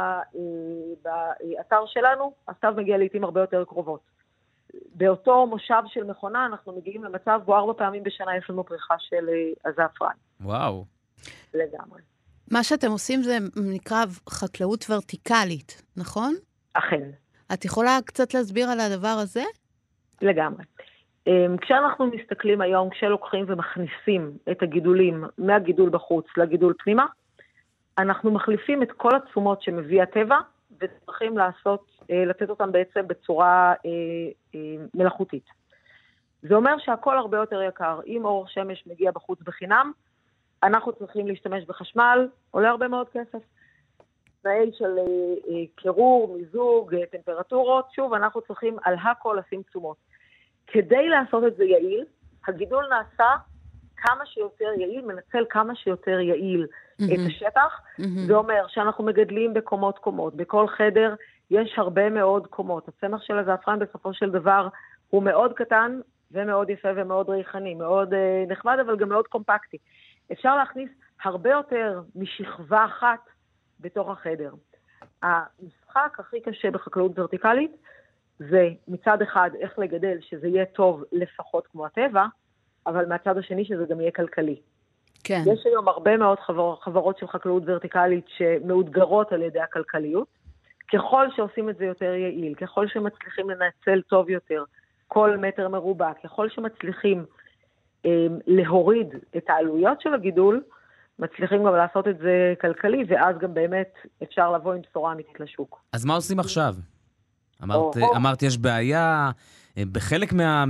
באתר שלנו, הסתיו מגיע לעתים הרבה יותר קרובות. באותו מושב של מכונה אנחנו מגיעים למצב בו 4 פעמים בשנה יש לנו פריחה של הזעפרן. וואו. לגמרי. מה שאתם עושים זה נקרא חקלאות ורטיקלית, נכון? אכן. את יכולה קצת להסביר על הדבר הזה? לגמרי. כשאנחנו מסתכלים היום, כשלוקחים ומכניסים את הגידולים מהגידול בחוץ לגידול פנימה, אנחנו מחליפים את כל התשומות שמביא הטבע, וצריכים לתת אותם בעצם בצורה מלאכותית. זה אומר שהכל הרבה יותר יקר. אם אור שמש מגיע בחוץ בחינם, אנחנו צריכים להשתמש בחשמל, עולה הרבה מאוד כסף. תנאי של קירור, מיזוג, טמפרטורות, שוב, אנחנו צריכים על הכל לשים תשומות. כדי לעשות את זה יעיל, הגידול נעשה כמה שיותר יעיל, מנצל כמה שיותר יעיל את השטח. זה אומר שאנחנו מגדלים בקומות קומות. בכל חדר יש הרבה מאוד קומות. הצמח של הזעפרן בסופו של דבר הוא מאוד קטן ומאוד יפה ומאוד ריחני, מאוד נחמד, אבל גם מאוד קומפקטי. אפשר להכניס הרבה יותר משכבה אחת בתוך החדר. המשחק הכי קשה בחקלאות ורטיקלית זה מצד אחד איך לגדל שזה יהיה טוב לפחות כמו הטבע, אבל מהצד השני שזה גם יהיה כלכלי. כן. יש היום הרבה מאוד חברות של חקלאות ורטיקלית שמאותגרות על ידי הכלכליות. ככל שעושים את זה יותר יעיל, ככל שמצליחים לנצל טוב יותר כל מטר מרובע, ככל שמצליחים להוריד את העלויות של הגידול, מצליחים גם לעשות את זה כלכלי, ואז גם באמת אפשר לבוא עם בשורה אמיתית לשוק. אז מה עושים עכשיו? אמרת יש בעיה בחלק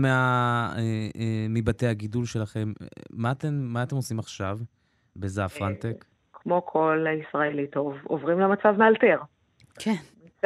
מבתי הגידול שלכם. מה אתם עושים עכשיו בזעפרנטק? כמו כל ישראלי טוב, עוברים למצב מאלתר. כן.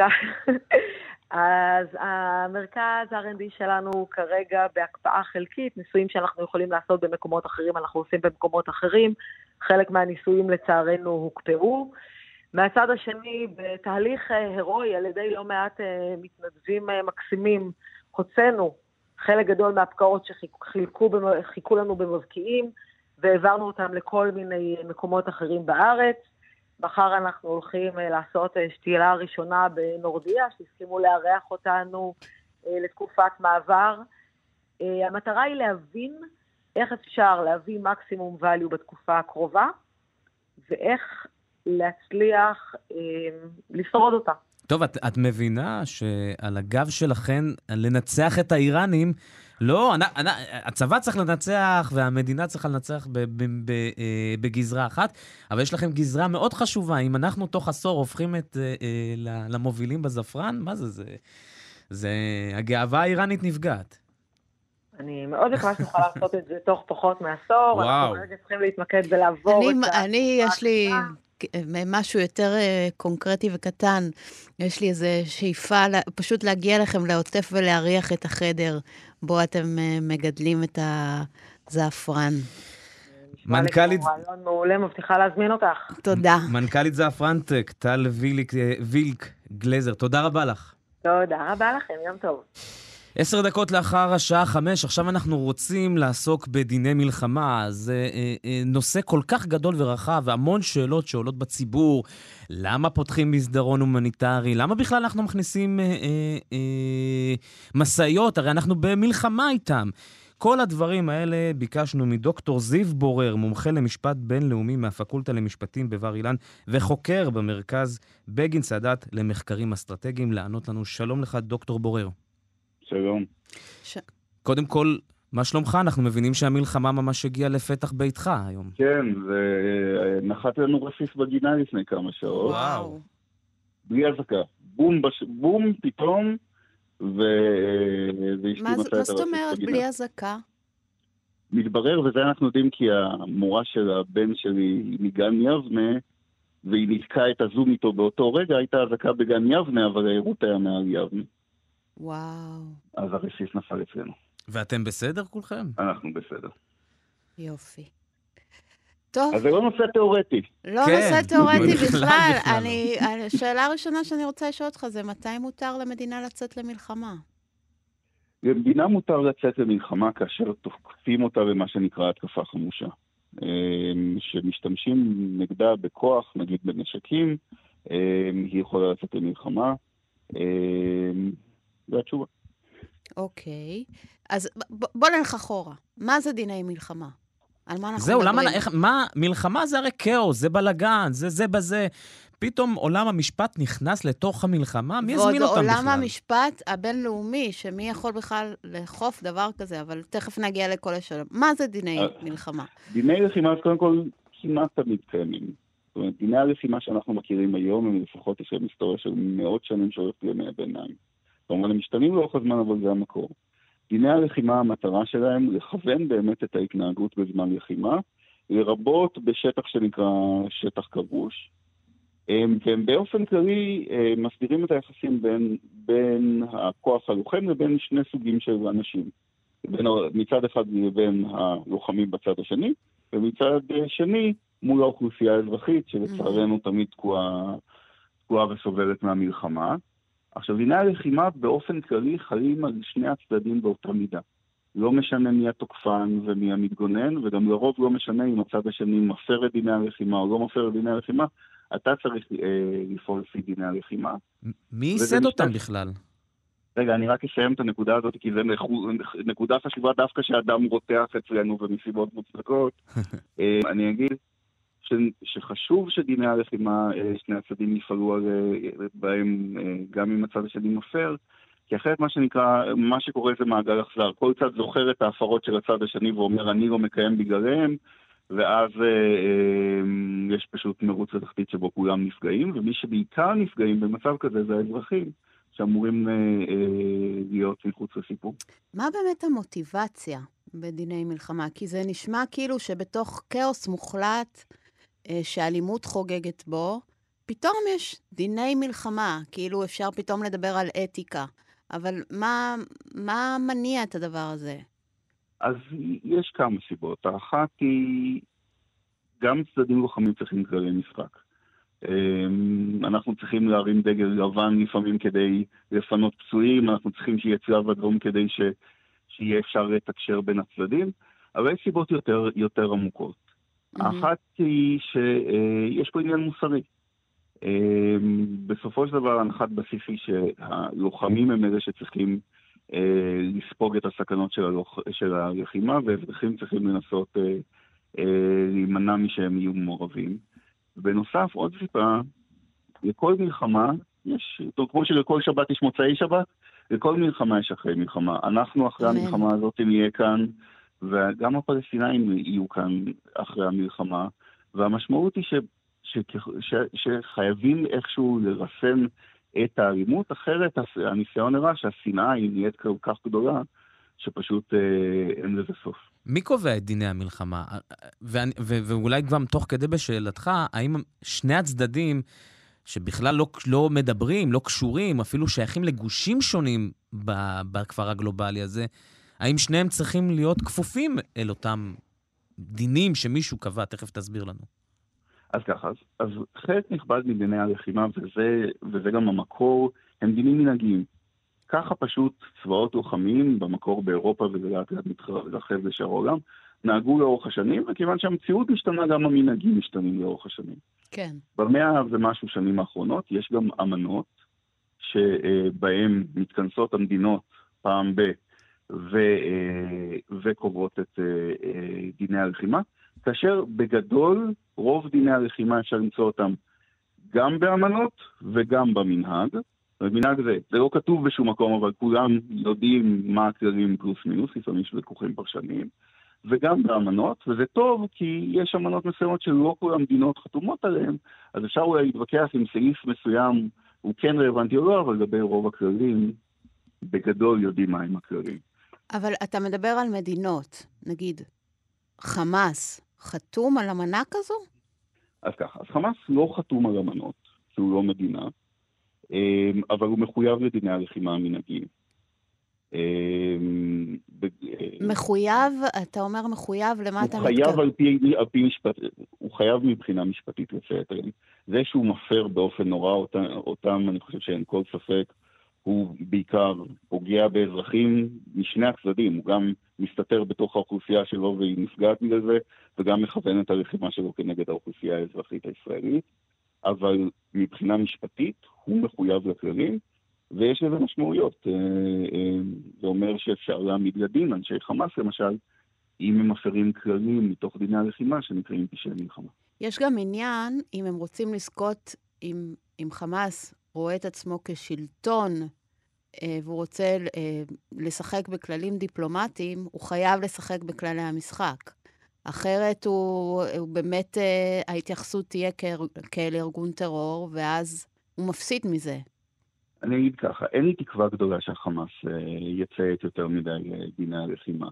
אז המרכז R&D שלנו כרגע בהקפאה חלקית, ניסויים שאנחנו יכולים לעשות במקומות אחרים, אנחנו עושים במקומות אחרים, חלק מהניסויים לצערנו הוקפאו. מהצד השני, בתהליך הרואי על ידי לא מעט מתנדבים מקסימים, הוצאנו חלק גדול מהפקעות שחיכו לנו במבקיעים, והעברנו אותם לכל מיני מקומות אחרים בארץ. מחר אנחנו הולכים לעשות שתילה ראשונה בנורדיה, שהסכימו לארח אותנו לתקופת מעבר. המטרה היא להבין איך אפשר להביא מקסימום value בתקופה הקרובה, ואיך להצליח לשרוד אותה. טוב, את מבינה שעל הגב שלכן לנצח את האיראנים, לא, הצבא צריך לנצח, והמדינה צריכה לנצח בגזרה אחת, אבל יש לכם גזרה מאוד חשובה. אם אנחנו תוך עשור הופכים למובילים בזפרן, מה זה? הגאווה האיראנית נפגעת. אני מאוד מקווה שנוכל לעשות את זה תוך פחות מעשור. וואו. אנחנו כרגע צריכים להתמקד ולעבור יש לי משהו יותר קונקרטי וקטן. יש לי איזו שאיפה פשוט להגיע לכם לעוטף ולהריח את החדר בו אתם מגדלים את הזעפרן. מנכ"לית... רעיון מעולה, מבטיחה להזמין אותך. תודה. מנכ"לית זעפרנטק, טל וילק גלזר, תודה רבה לך. תודה רבה לכם, יום טוב. 10 דקות לאחר השעה 5, עכשיו אנחנו רוצים לעסוק בדיני מלחמה. זה נושא כל כך גדול ורחב, והמון שאלות שעולות בציבור. למה פותחים מסדרון הומניטרי? למה בכלל אנחנו מכניסים מסעיות? הרי אנחנו במלחמה איתם. כל הדברים האלה ביקשנו מדוקטור זיו בורר, מומחה למשפט בינלאומי מהפקולטה למשפטים בבר אילן, וחוקר במרכז בגין סאדאת למחקרים אסטרטגיים, לענות לנו. שלום לך, דוקטור בורר. שלום. קודם כל, מה שלומך? אנחנו מבינים שהמלחמה ממש הגיעה לפתח ביתך היום. כן, ונחת לנו רסיס בגינה לפני כמה שעות. וואו. בלי הזקה. בום פתאום, ואשתי מצאה את הרסיס בגינה. מה זאת אומרת בלי הזקה? מתברר, וזה אנחנו יודעים כי המורה של הבן שלי מגן יבנה, והיא נתקעה את הזום איתו באותו רגע, הייתה הזקה בגן יבנה, אבל העירות היה מעל יבנה. וואו. אז הרסיס נפל אצלנו. ואתם בסדר כולכם? אנחנו בסדר. יופי. טוב. אז זה לא נושא תיאורטי. לא נושא תיאורטי בכלל. השאלה הראשונה שאני רוצה לשאול אותך זה, מתי מותר למדינה לצאת למלחמה? למדינה מותר לצאת למלחמה כאשר תוקפים אותה במה שנקרא התקפה חמושה. שמשתמשים נגדה בכוח, נגיד בנשקים, היא יכולה לצאת למלחמה. זה התשובה. אוקיי. אז בוא נלך אחורה. מה זה דיני מלחמה? על מה אנחנו זהו, מדברים? מה? מלחמה זה הרי כאוס, זה בלגן, זה בזה. פתאום עולם המשפט נכנס לתוך המלחמה? מי הזמין אותם בכלל? ועוד עולם המשפט הבינלאומי, שמי יכול בכלל לאכוף דבר כזה, אבל תכף נגיע לכל השאלה. מה זה דיני מלחמה? דיני לחימה, אז קודם כל, כמעט תמיד קיימים. זאת אומרת, דיני הלחימה שאנחנו מכירים היום, הם לפחות יש להם היסטוריה של מאות שנים שהולכת לימי הביניים. כלומר, הם משתנים לאורך הזמן, אבל זה המקור. דיני הלחימה, המטרה שלהם, לכוון באמת את ההתנהגות בזמן לחימה, לרבות בשטח שנקרא שטח כבוש. והם באופן כללי מסדירים את היחסים בין הכוח הלוחם לבין שני סוגים של אנשים. מצד אחד לבין הלוחמים בצד השני, ומצד שני מול האוכלוסייה האזרחית, שלצערנו תמיד תקועה וסובלת מהמלחמה. עכשיו, דיני הלחימה באופן כללי חלים על שני הצדדים באותה מידה. לא משנה מי התוקפן ומי המתגונן, וגם לרוב לא משנה אם הצד השני מפר את דיני הלחימה או לא מפר את דיני הלחימה, אתה צריך לפעול לפי דיני הלחימה. מי ייסד אותם בכלל? רגע, אני רק אסיים את הנקודה הזאת, כי זו נקודה חשובה דווקא שאדם רותח אצלנו ומסיבות מוצדקות. אני אגיד שחשוב שדיני הלחימה, שני הצדדים יפעלו בהם גם אם הצד השני מפר, כי אחרת מה שקורה זה מעגל אכזר. כל צד זוכר את ההפרות של הצד השני ואומר, אני לא מקיים בגללם, ואז יש פשוט מרוץ לתחתית שבו כולם נפגעים, ומי שבעיקר נפגעים במצב כזה זה האזרחים, שאמורים להיות מחוץ לסיפור. מה באמת המוטיבציה בדיני מלחמה? כי זה נשמע כאילו שבתוך כאוס מוחלט, שאלימות חוגגת בו, פתאום יש דיני מלחמה, כאילו אפשר פתאום לדבר על אתיקה. אבל מה מניע את הדבר הזה? אז יש כמה סיבות. האחת היא, גם צדדים לוחמים צריכים כללי משחק. אנחנו צריכים להרים דגל לבן לפעמים כדי לפנות פצועים, אנחנו צריכים שיהיה צלב אדום כדי שיהיה אפשר לתקשר בין הצדדים, אבל יש סיבות יותר עמוקות. האחת היא שיש פה עניין מוסרי. בסופו של דבר, הנחת בסיס היא שהלוחמים הם אלה שצריכים לספוג את הסכנות של הלחימה, ואזרחים צריכים לנסות להימנע משהם יהיו מעורבים. בנוסף, עוד סיבה, לכל מלחמה, כמו שלכל שבת יש מוצאי שבת, לכל מלחמה יש אחרי מלחמה. אנחנו אחרי המלחמה הזאת נהיה כאן, וגם הפלסטינאים יהיו כאן אחרי המלחמה, והמשמעות היא שחייבים איכשהו לרסן את האלימות, אחרת הניסיון הרע שהשנאה היא נהיית כל כך גדולה, שפשוט אין לזה סוף. מי קובע את דיני המלחמה? ואולי כבר תוך כדי בשאלתך, האם שני הצדדים שבכלל לא מדברים, לא קשורים, אפילו שייכים לגושים שונים בכפר הגלובלי הזה, האם שניהם צריכים להיות כפופים אל אותם דינים שמישהו קבע? תכף תסביר לנו. אז ככה, אז חלק נכבד מדיני הלחימה, וזה גם המקור, הם דינים מנהגיים. ככה פשוט צבאות לוחמים במקור באירופה ולאט לאט מתרחב בשאר העולם, נהגו לאורך השנים, וכיוון שהמציאות משתנה, גם המנהגים משתנים לאורך השנים. כן. במאה ומשהו שנים האחרונות יש גם אמנות שבהם מתכנסות המדינות פעם וקובעות את דיני הלחימה, כאשר בגדול רוב דיני הלחימה אפשר למצוא אותם גם באמנות וגם במנהג. במנהג זה לא כתוב בשום מקום, אבל כולם יודעים מה הכללים פלוס מינוס, לפעמים יש ויכוחים פרשניים, וגם באמנות, וזה טוב כי יש אמנות מסוימות שלא כל המדינות חתומות עליהן, אז אפשר אולי להתווכח אם סעיף מסוים הוא כן רלוונטי או לא, אבל לגבי רוב הכללים, בגדול יודעים מה הם הכללים. אבל אתה מדבר על מדינות, נגיד, חמאס חתום על אמנה כזו? אז ככה, אז חמאס לא חתום על אמנות, שהוא לא מדינה, אבל הוא מחויב לדיני הלחימה המנהגיים. מחויב? אתה אומר מחויב, למה אתה מתכוון? הוא חייב מבחינה משפטית לציית עליהם. זה שהוא מפר באופן נורא אותם, אני חושב שאין כל ספק, הוא בעיקר פוגע באזרחים משני הצדדים, הוא גם מסתתר בתוך האוכלוסייה שלו והיא נפגעת מזה זה, וגם מכוון את הלחימה שלו כנגד האוכלוסייה האזרחית הישראלית, אבל מבחינה משפטית הוא מחויב לכללים, ויש לזה משמעויות. זה אומר שאפשר להעמיד לדין אנשי חמאס למשל, אם הם מפרים כללים מתוך דיני הלחימה שנקראים פשעי מלחמה. יש גם עניין, אם הם רוצים לזכות, אם חמאס רואה את עצמו כשלטון, והוא רוצה לשחק בכללים דיפלומטיים, הוא חייב לשחק בכללי המשחק. אחרת הוא באמת, ההתייחסות תהיה כאל ארגון טרור, ואז הוא מפסיד מזה. אני אגיד ככה, אין לי תקווה גדולה שהחמאס יציית יותר מדי לדיני הלחימה.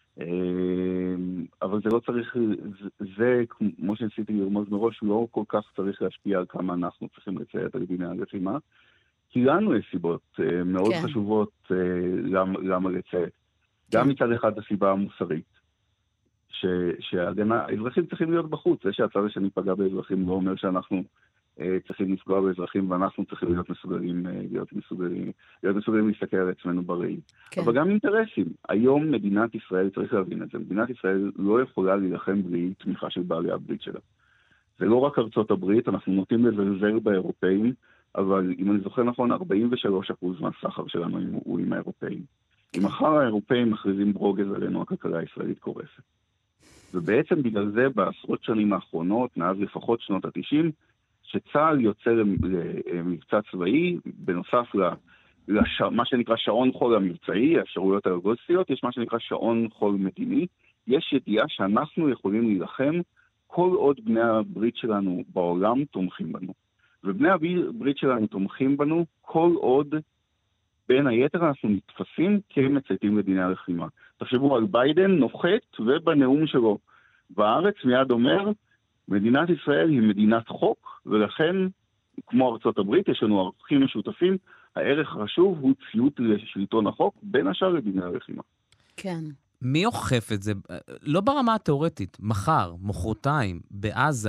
אבל זה לא צריך, זה כמו שניסיתי לרמוז מראש, לא כל כך צריך להשפיע על כמה אנחנו צריכים לציית על דיני הלחימה, כי לנו יש סיבות מאוד חשובות למה לציית. גם מצד אחד הסיבה המוסרית, שהאזרחים צריכים להיות בחוץ. זה שהצד השני פגע באזרחים לא אומר שאנחנו צריכים לפגוע באזרחים, ואנחנו צריכים להיות מסוגלים להסתכל על עצמנו בראי. כן. אבל גם אינטרסים. היום מדינת ישראל, צריך להבין את זה, מדינת ישראל לא יכולה להילחם בלי תמיכה של בעלי הברית שלה. זה לא רק ארצות הברית, אנחנו נוטים לזלזל באירופאים, אבל אם אני זוכר נכון, 43% מהסחר שלנו הוא עם האירופאים. אם מחר האירופאים מכריזים ברוגז עלינו, הכלכלה הישראלית קורסת. ובעצם בגלל זה, בעשרות שנים האחרונות, מאז לפחות שנות ה-90, שצה"ל יוצא למבצע צבאי, בנוסף למה שנקרא שעון חול המבצעי, האפשרויות הארגוסטיות, יש מה שנקרא שעון חול מדיני, יש ידיעה שאנחנו יכולים להילחם כל עוד בני הברית שלנו בעולם תומכים בנו. ובני הברית שלנו תומכים בנו כל עוד בין היתר אנחנו נתפסים כמצייתים לדיני הלחימה. תחשבו על ביידן נוחת ובנאום שלו בארץ מיד אומר, מדינת ישראל היא מדינת חוק, ולכן, כמו ארצות הברית, יש לנו ערכים משותפים, הערך החשוב הוא ציות לשלטון החוק, בין השאר לדיני הלחימה. כן. מי אוכף את זה? לא ברמה התיאורטית, מחר, מחרתיים, בעזה,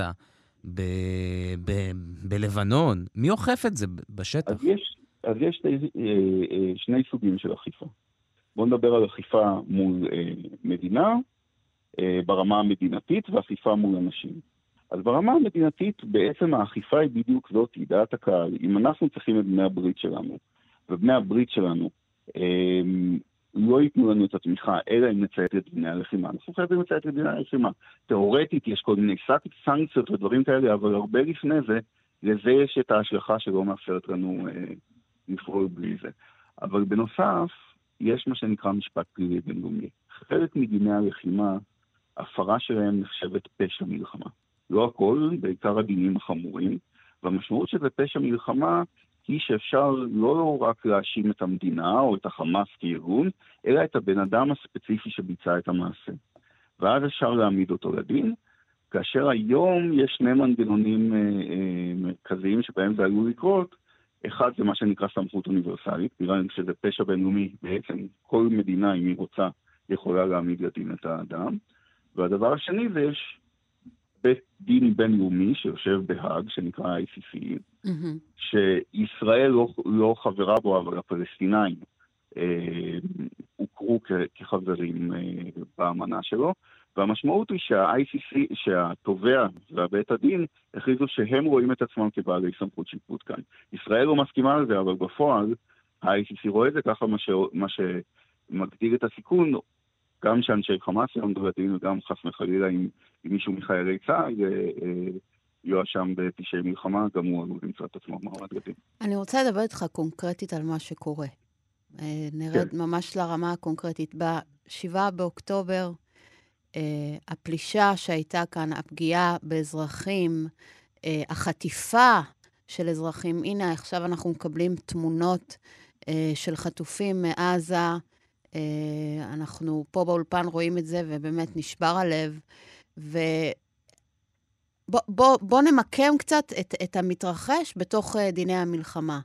בלבנון, מי אוכף את זה בשטח? אז יש שני סוגים של אכיפה. בואו נדבר על אכיפה מול מדינה, ברמה המדינתית, ואכיפה מול אנשים. אז ברמה המדינתית, בעצם האכיפה היא בדיוק זאת, היא דעת הקהל. אם אנחנו צריכים את בני הברית שלנו, ובני הברית שלנו לא ייתנו לנו את התמיכה, אלא אם נציית את דיני הלחימה. אנחנו חייבים לציית את דיני הלחימה. תיאורטית יש כל מיני סנקציות ודברים כאלה, אבל הרבה לפני זה, לזה יש את ההשלכה שלא מאפשרת לנו לפעול בלי זה. אבל בנוסף, יש מה שנקרא משפט פלילי בינלאומי. חלק מדיני הלחימה, הפרה שלהם נחשבת פשע מלחמה. לא הכל, בעיקר הדינים החמורים, והמשמעות של פשע מלחמה היא שאפשר לא רק להאשים את המדינה או את החמאס כארגון, אלא את הבן אדם הספציפי שביצע את המעשה. ואז אפשר להעמיד אותו לדין, כאשר היום יש שני מנגנונים מרכזיים שבהם זה עלול לקרות. אחד זה מה שנקרא סמכות אוניברסלית, נראה לי שזה פשע בינלאומי, בעצם כל מדינה, אם היא רוצה, יכולה להעמיד לדין את האדם. והדבר השני זה יש בית דין בינלאומי שיושב בהאג, שנקרא ICC, שישראל לא חברה בו, אבל הפלסטינאים הוכרו כחברים באמנה שלו, והמשמעות היא שה-ICC, שהתובע והבית הדין, הכריזו שהם רואים את עצמם כבעלי סמכות שיפוט כאן. ישראל לא מסכימה על זה, אבל בפועל, ה-ICC רואה את זה ככה, מה שמגדיר את הסיכון, גם שאנשי חמאס יעמדו לדין, וגם חס וחלילה אם מישהו מחיילי צה"ל יואשם בפשעי מלחמה, גם הוא עלול למצוא את עצמו מעמד לדין. אני רוצה לדבר איתך קונקרטית על מה שקורה. נרד ממש לרמה הקונקרטית. ב-7 באוקטובר, הפלישה שהייתה כאן, הפגיעה באזרחים, החטיפה של אזרחים, הנה עכשיו אנחנו מקבלים תמונות של חטופים מעזה, אנחנו פה באולפן רואים את זה ובאמת נשבר הלב, בוא נמקם קצת את המתרחש בתוך דיני המלחמה.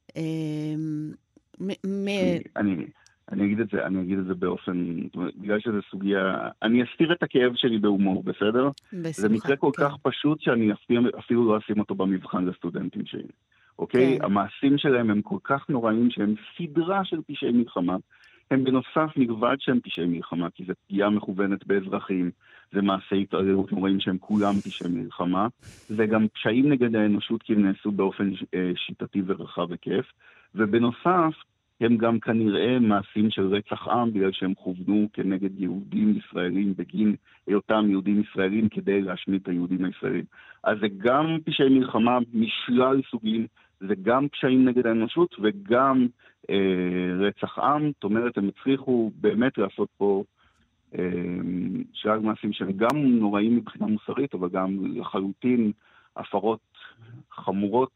אני אגיד את זה באופן, בגלל שזו סוגיה, אני אסתיר את הכאב שלי בהומור, בסדר? זה מקרה כל כך פשוט שאני אפילו לא אשים אותו במבחן לסטודנטים שלי. אוקיי? המעשים שלהם הם כל כך נוראים שהם סדרה של פשעי מלחמה. הם בנוסף מלבד שהם פשעי מלחמה, כי זה פגיעה מכוונת באזרחים, זה מעשי התעללות נוראים שהם כולם פשעי מלחמה, זה גם פשעים נגד האנושות כי הם נעשו באופן שיטתי ורחב וכיף, ובנוסף הם גם כנראה מעשים של רצח עם, בגלל שהם כוונו כנגד יהודים ישראלים בגין היותם יהודים ישראלים כדי להשמיד את היהודים הישראלים. אז זה גם פשעי מלחמה משלל סוגים, זה גם פשעים נגד האנושות וגם רצח עם. זאת אומרת, הם הצליחו באמת לעשות פה שלל מעשים שהם גם נוראים מבחינה מוסרית, אבל גם לחלוטין הפרות חמורות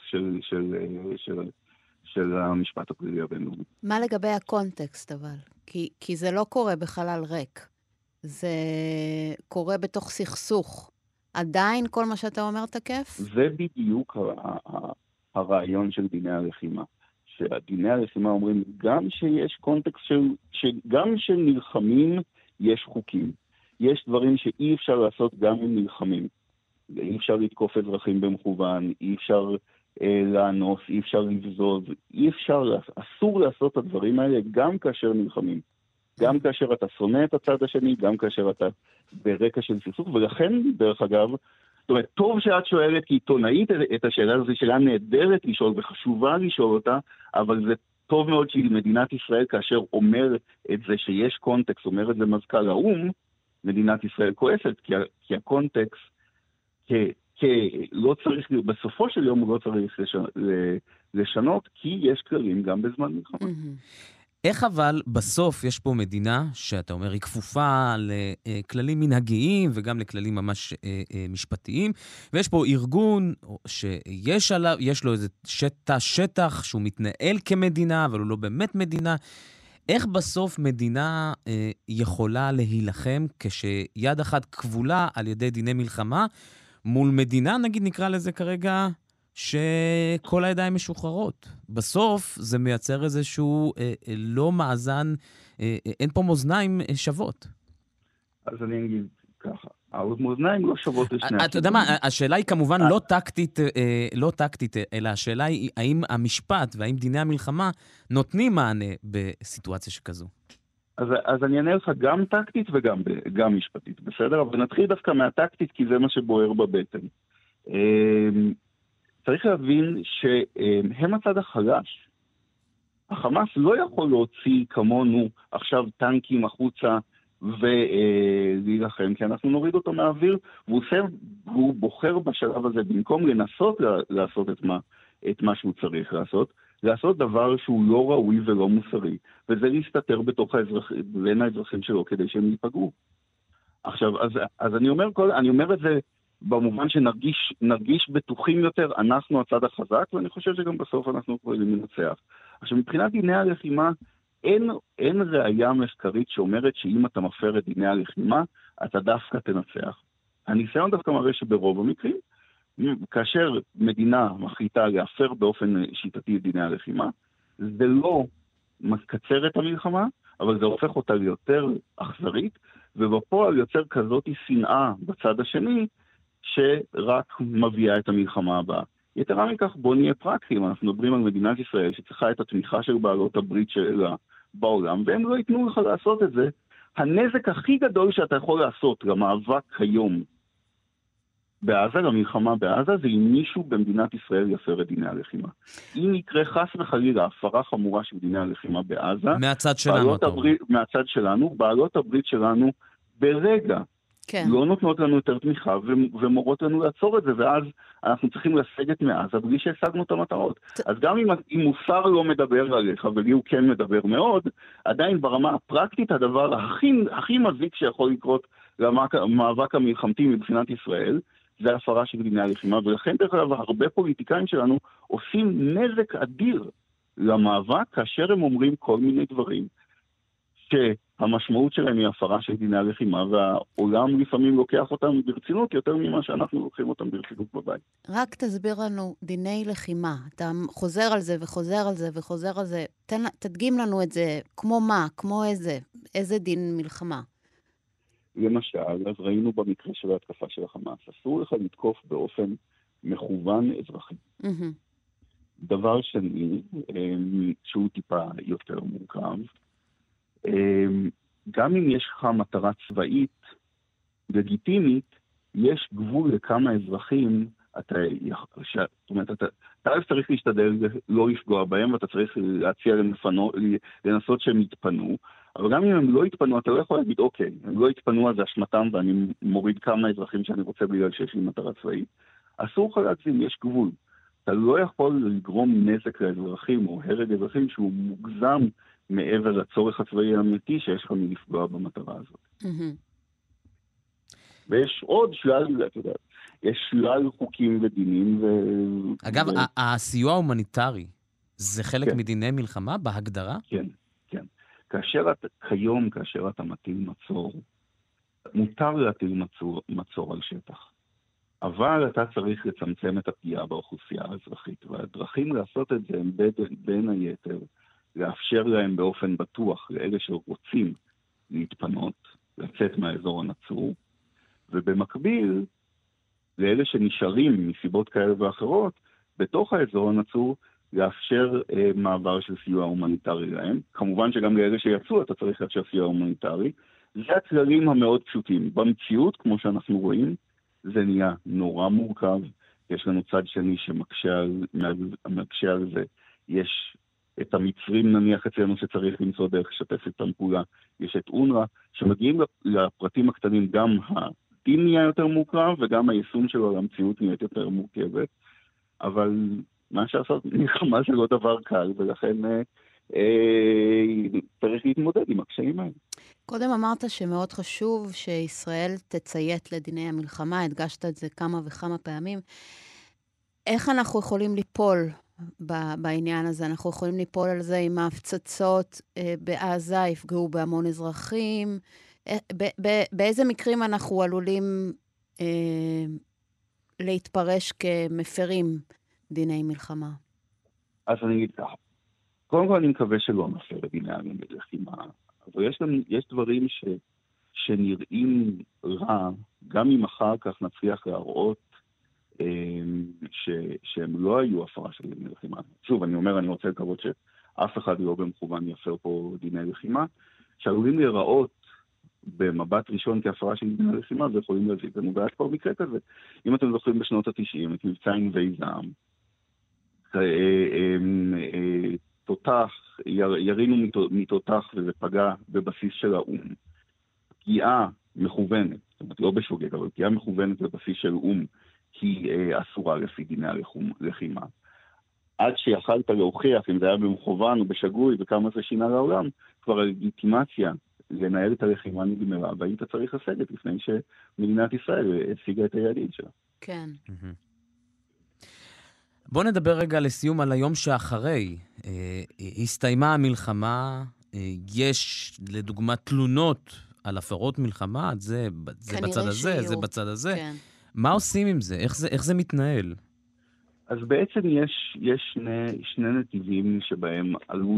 של המשפט הפלילי הבינלאומי. מה לגבי הקונטקסט אבל? כי זה לא קורה בחלל ריק. זה קורה בתוך סכסוך. עדיין כל מה שאתה אומר תקף? זה בדיוק הרעיון של דיני הלחימה. שדיני הלחימה אומרים גם שיש קונטקסט שגם שנלחמים יש חוקים. יש דברים שאי אפשר לעשות גם אם נלחמים. אי אפשר לתקוף אזרחים במכוון, אי אפשר לאנוס, אי אפשר לבזוז, אסור לעשות את הדברים האלה גם כאשר נלחמים. גם כאשר אתה שונא את הצד השני, גם כאשר אתה ברקע של סכסוך, ולכן, דרך אגב, זאת אומרת, טוב שאת שואלת כעיתונאית את השאלה הזו, שאלה נהדרת לשאול וחשובה לשאול אותה, אבל זה טוב מאוד שמדינת ישראל, כאשר אומר את זה שיש קונטקסט, אומר את זה מזכ"ל האו"ם, מדינת ישראל כועסת, כי הקונטקסט, לא צריך, בסופו של יום הוא לא צריך לשנות, כי יש כללים גם בזמן מלחמה. איך אבל בסוף יש פה מדינה שאתה אומר היא כפופה לכללים מנהגיים וגם לכללים ממש משפטיים, ויש פה ארגון שיש עליו, יש לו איזה שטח שהוא מתנהל כמדינה, אבל הוא לא באמת מדינה. איך בסוף מדינה יכולה להילחם כשיד אחת כבולה על ידי דיני מלחמה, מול מדינה, נגיד נקרא לזה כרגע, שכל הידיים משוחררות. בסוף זה מייצר איזשהו לא מאזן, אין פה מאזניים שוות. אז אני אגיד ככה, המאזניים לא שוות לשני. אתה יודע מה, השאלה היא כמובן לא טקטית, אלא השאלה היא האם המשפט והאם דיני המלחמה נותנים מענה בסיטואציה שכזו. אז אני אענה לך גם טקטית וגם משפטית, בסדר? אבל נתחיל דווקא מהטקטית, כי זה מה שבוער בבטן. צריך להבין שהם הצד החלש. החמאס לא יכול להוציא כמונו עכשיו טנקים החוצה ולהילחם, כי אנחנו נוריד אותו מהאוויר, והוא בוחר בשלב הזה, במקום לנסות לעשות את מה שהוא צריך לעשות, לעשות דבר שהוא לא ראוי ולא מוסרי, וזה להסתתר בין האזרחים שלו כדי שהם ייפגעו. עכשיו, אז אני אומר את זה במובן שנרגיש בטוחים יותר, אנחנו הצד החזק, ואני חושב שגם בסוף אנחנו יכולים לנצח. עכשיו, מבחינת דיני הלחימה, אין ראייה מחקרית שאומרת שאם אתה מפר את דיני הלחימה, אתה דווקא תנצח. הניסיון דווקא מראה שברוב המקרים, כאשר מדינה מחליטה להפר באופן שיטתי את דיני הלחימה, זה לא מקצר את המלחמה, אבל זה הופך אותה ליותר אכזרית, ובפועל יוצר כזאת שנאה בצד השני, שרק מביאה את המלחמה הבאה. יתרה מכך, בוא נהיה פרקטיים, אנחנו מדברים על מדינת ישראל שצריכה את התמיכה של בעלות הברית שלה בעולם, והם לא ייתנו לך לעשות את זה. הנזק הכי גדול שאתה יכול לעשות למאבק היום בעזה, למלחמה בעזה, זה אם מישהו במדינת ישראל יפר את דיני הלחימה. אם יקרה חס וחלילה הפרה חמורה של דיני הלחימה בעזה, מהצד שלנו, מהצד שלנו, בעלות הברית שלנו ברגע לא נותנות לנו יותר תמיכה ומורות לנו לעצור את זה, ואז אנחנו צריכים לסגת מעזה בלי שהשגנו את המטרות. אז גם אם מוסר לא מדבר עליך, ולי הוא כן מדבר מאוד, עדיין ברמה הפרקטית הדבר הכי מזיק שיכול לקרות למאבק המלחמתי מבחינת ישראל, זה הפרה של דיני הלחימה, ולכן דרך אגב הרבה פוליטיקאים שלנו עושים נזק אדיר למאבק, כאשר הם אומרים כל מיני דברים שהמשמעות שלהם היא הפרה של דיני הלחימה, והעולם לפעמים לוקח אותם ברצינות יותר ממה שאנחנו לוקחים אותם ברצינות בבית. רק תסביר לנו דיני לחימה. אתה חוזר על זה וחוזר על זה וחוזר על זה. תדגים לנו את זה כמו מה, כמו איזה דין מלחמה. למשל, אז ראינו במקרה של ההתקפה של החמאס, אסור לך לתקוף באופן מכוון אזרחי. דבר שני, שהוא טיפה יותר מורכב, גם אם יש לך מטרה צבאית לגיטימית, יש גבול לכמה אזרחים אתה צריך להשתדל לא לפגוע בהם, ואתה צריך להציע לנסות שהם יתפנו, אבל גם אם הם לא יתפנו, אתה לא יכול להגיד, אוקיי, הם לא יתפנו, אז זה אשמתם, ואני מוריד כמה אזרחים שאני רוצה בגלל שיש לי מטרה צבאית. אסור לך להגזים, יש גבול. אתה לא יכול לגרום נזק לאזרחים או הרג אזרחים שהוא מוגזם מעבר לצורך הצבאי האמיתי שיש לך מלפגוע במטרה הזאת. ויש עוד שלל, אתה יודע, יש שלל חוקים ודינים אגב, הסיוע ההומניטרי, זה חלק מדיני מלחמה בהגדרה? כן, כן. כאשר אתה מטיל מצור, מותר להטיל מצור על שטח. אבל אתה צריך לצמצם את הפגיעה באוכלוסייה האזרחית, והדרכים לעשות את זה הם בין היתר, לאפשר להם באופן בטוח לאלה שרוצים להתפנות, לצאת מהאזור הנצור, ובמקביל, לאלה שנשארים מסיבות כאלה ואחרות, בתוך האזור הנצור, לאפשר מעבר של סיוע הומניטרי להם. כמובן שגם לאלה שיצאו, אתה צריך לאפשר סיוע הומניטרי. זה הכללים המאוד פשוטים. במציאות, כמו שאנחנו רואים, זה נהיה נורא מורכב. יש לנו צד שני שמקשה על זה. יש את המצרים נניח אצלנו שצריך למצוא דרך לשתף איתם פעולה. יש את אונר"א, שמגיעים לפרטים הקטנים, גם הדין נהיה יותר מורכב, וגם היישום שלו למציאות נהיית יותר מורכבת. אבל מה שעשות מלחמה זה לא דבר קל, ולכן צריך להתמודד עם הקשיים האלה. קודם אמרת שמאוד חשוב שישראל תציית לדיני המלחמה, הדגשת את זה כמה וכמה פעמים. איך אנחנו יכולים ליפול בעניין הזה? אנחנו יכולים ליפול על זה עם ההפצצות בעזה, יפגעו בהמון אזרחים. באיזה מקרים אנחנו עלולים להתפרש כמפרים דיני מלחמה? אז אני אגיד ככה. קודם כל אני מקווה שלא נפר את דיני המלחמה. אבל יש דברים שנראים רע, גם אם אחר כך נצליח להראות שהם לא היו הפרה של דיני לחימה. שוב, אני רוצה לקוות שאף אחד לא במכוון יפר פה דיני לחימה, שעלולים להיראות במבט ראשון כהפרה של דיני לחימה, ויכולים להזיק לנו בעד כבר מקרה כזה. אם אתם זוכרים בשנות ה-90, את מבצע ענבי זעם, תותח, ירינו מתותח וזה פגע בבסיס של האום. פגיעה מכוונת, זאת אומרת לא בשוגג, אבל פגיעה מכוונת בבסיס של אום, היא אסורה לפי דיני הלחימה. עד שיכלת להוכיח אם זה היה במכוון או בשגוי וכמה זה שינה לעולם, כבר הלגיטימציה לנהל את הלחימה נגמרה, והיית צריך לסגת לפני שמדינת ישראל השיגה את היעדים שלה. כן. בוא נדבר רגע לסיום על היום שאחרי. הסתיימה המלחמה, יש לדוגמה תלונות על הפרות מלחמה, זה בצד הזה, זה בצד הזה. כן. מה עושים עם זה? איך זה מתנהל? אז בעצם יש שני נתיבים שבהם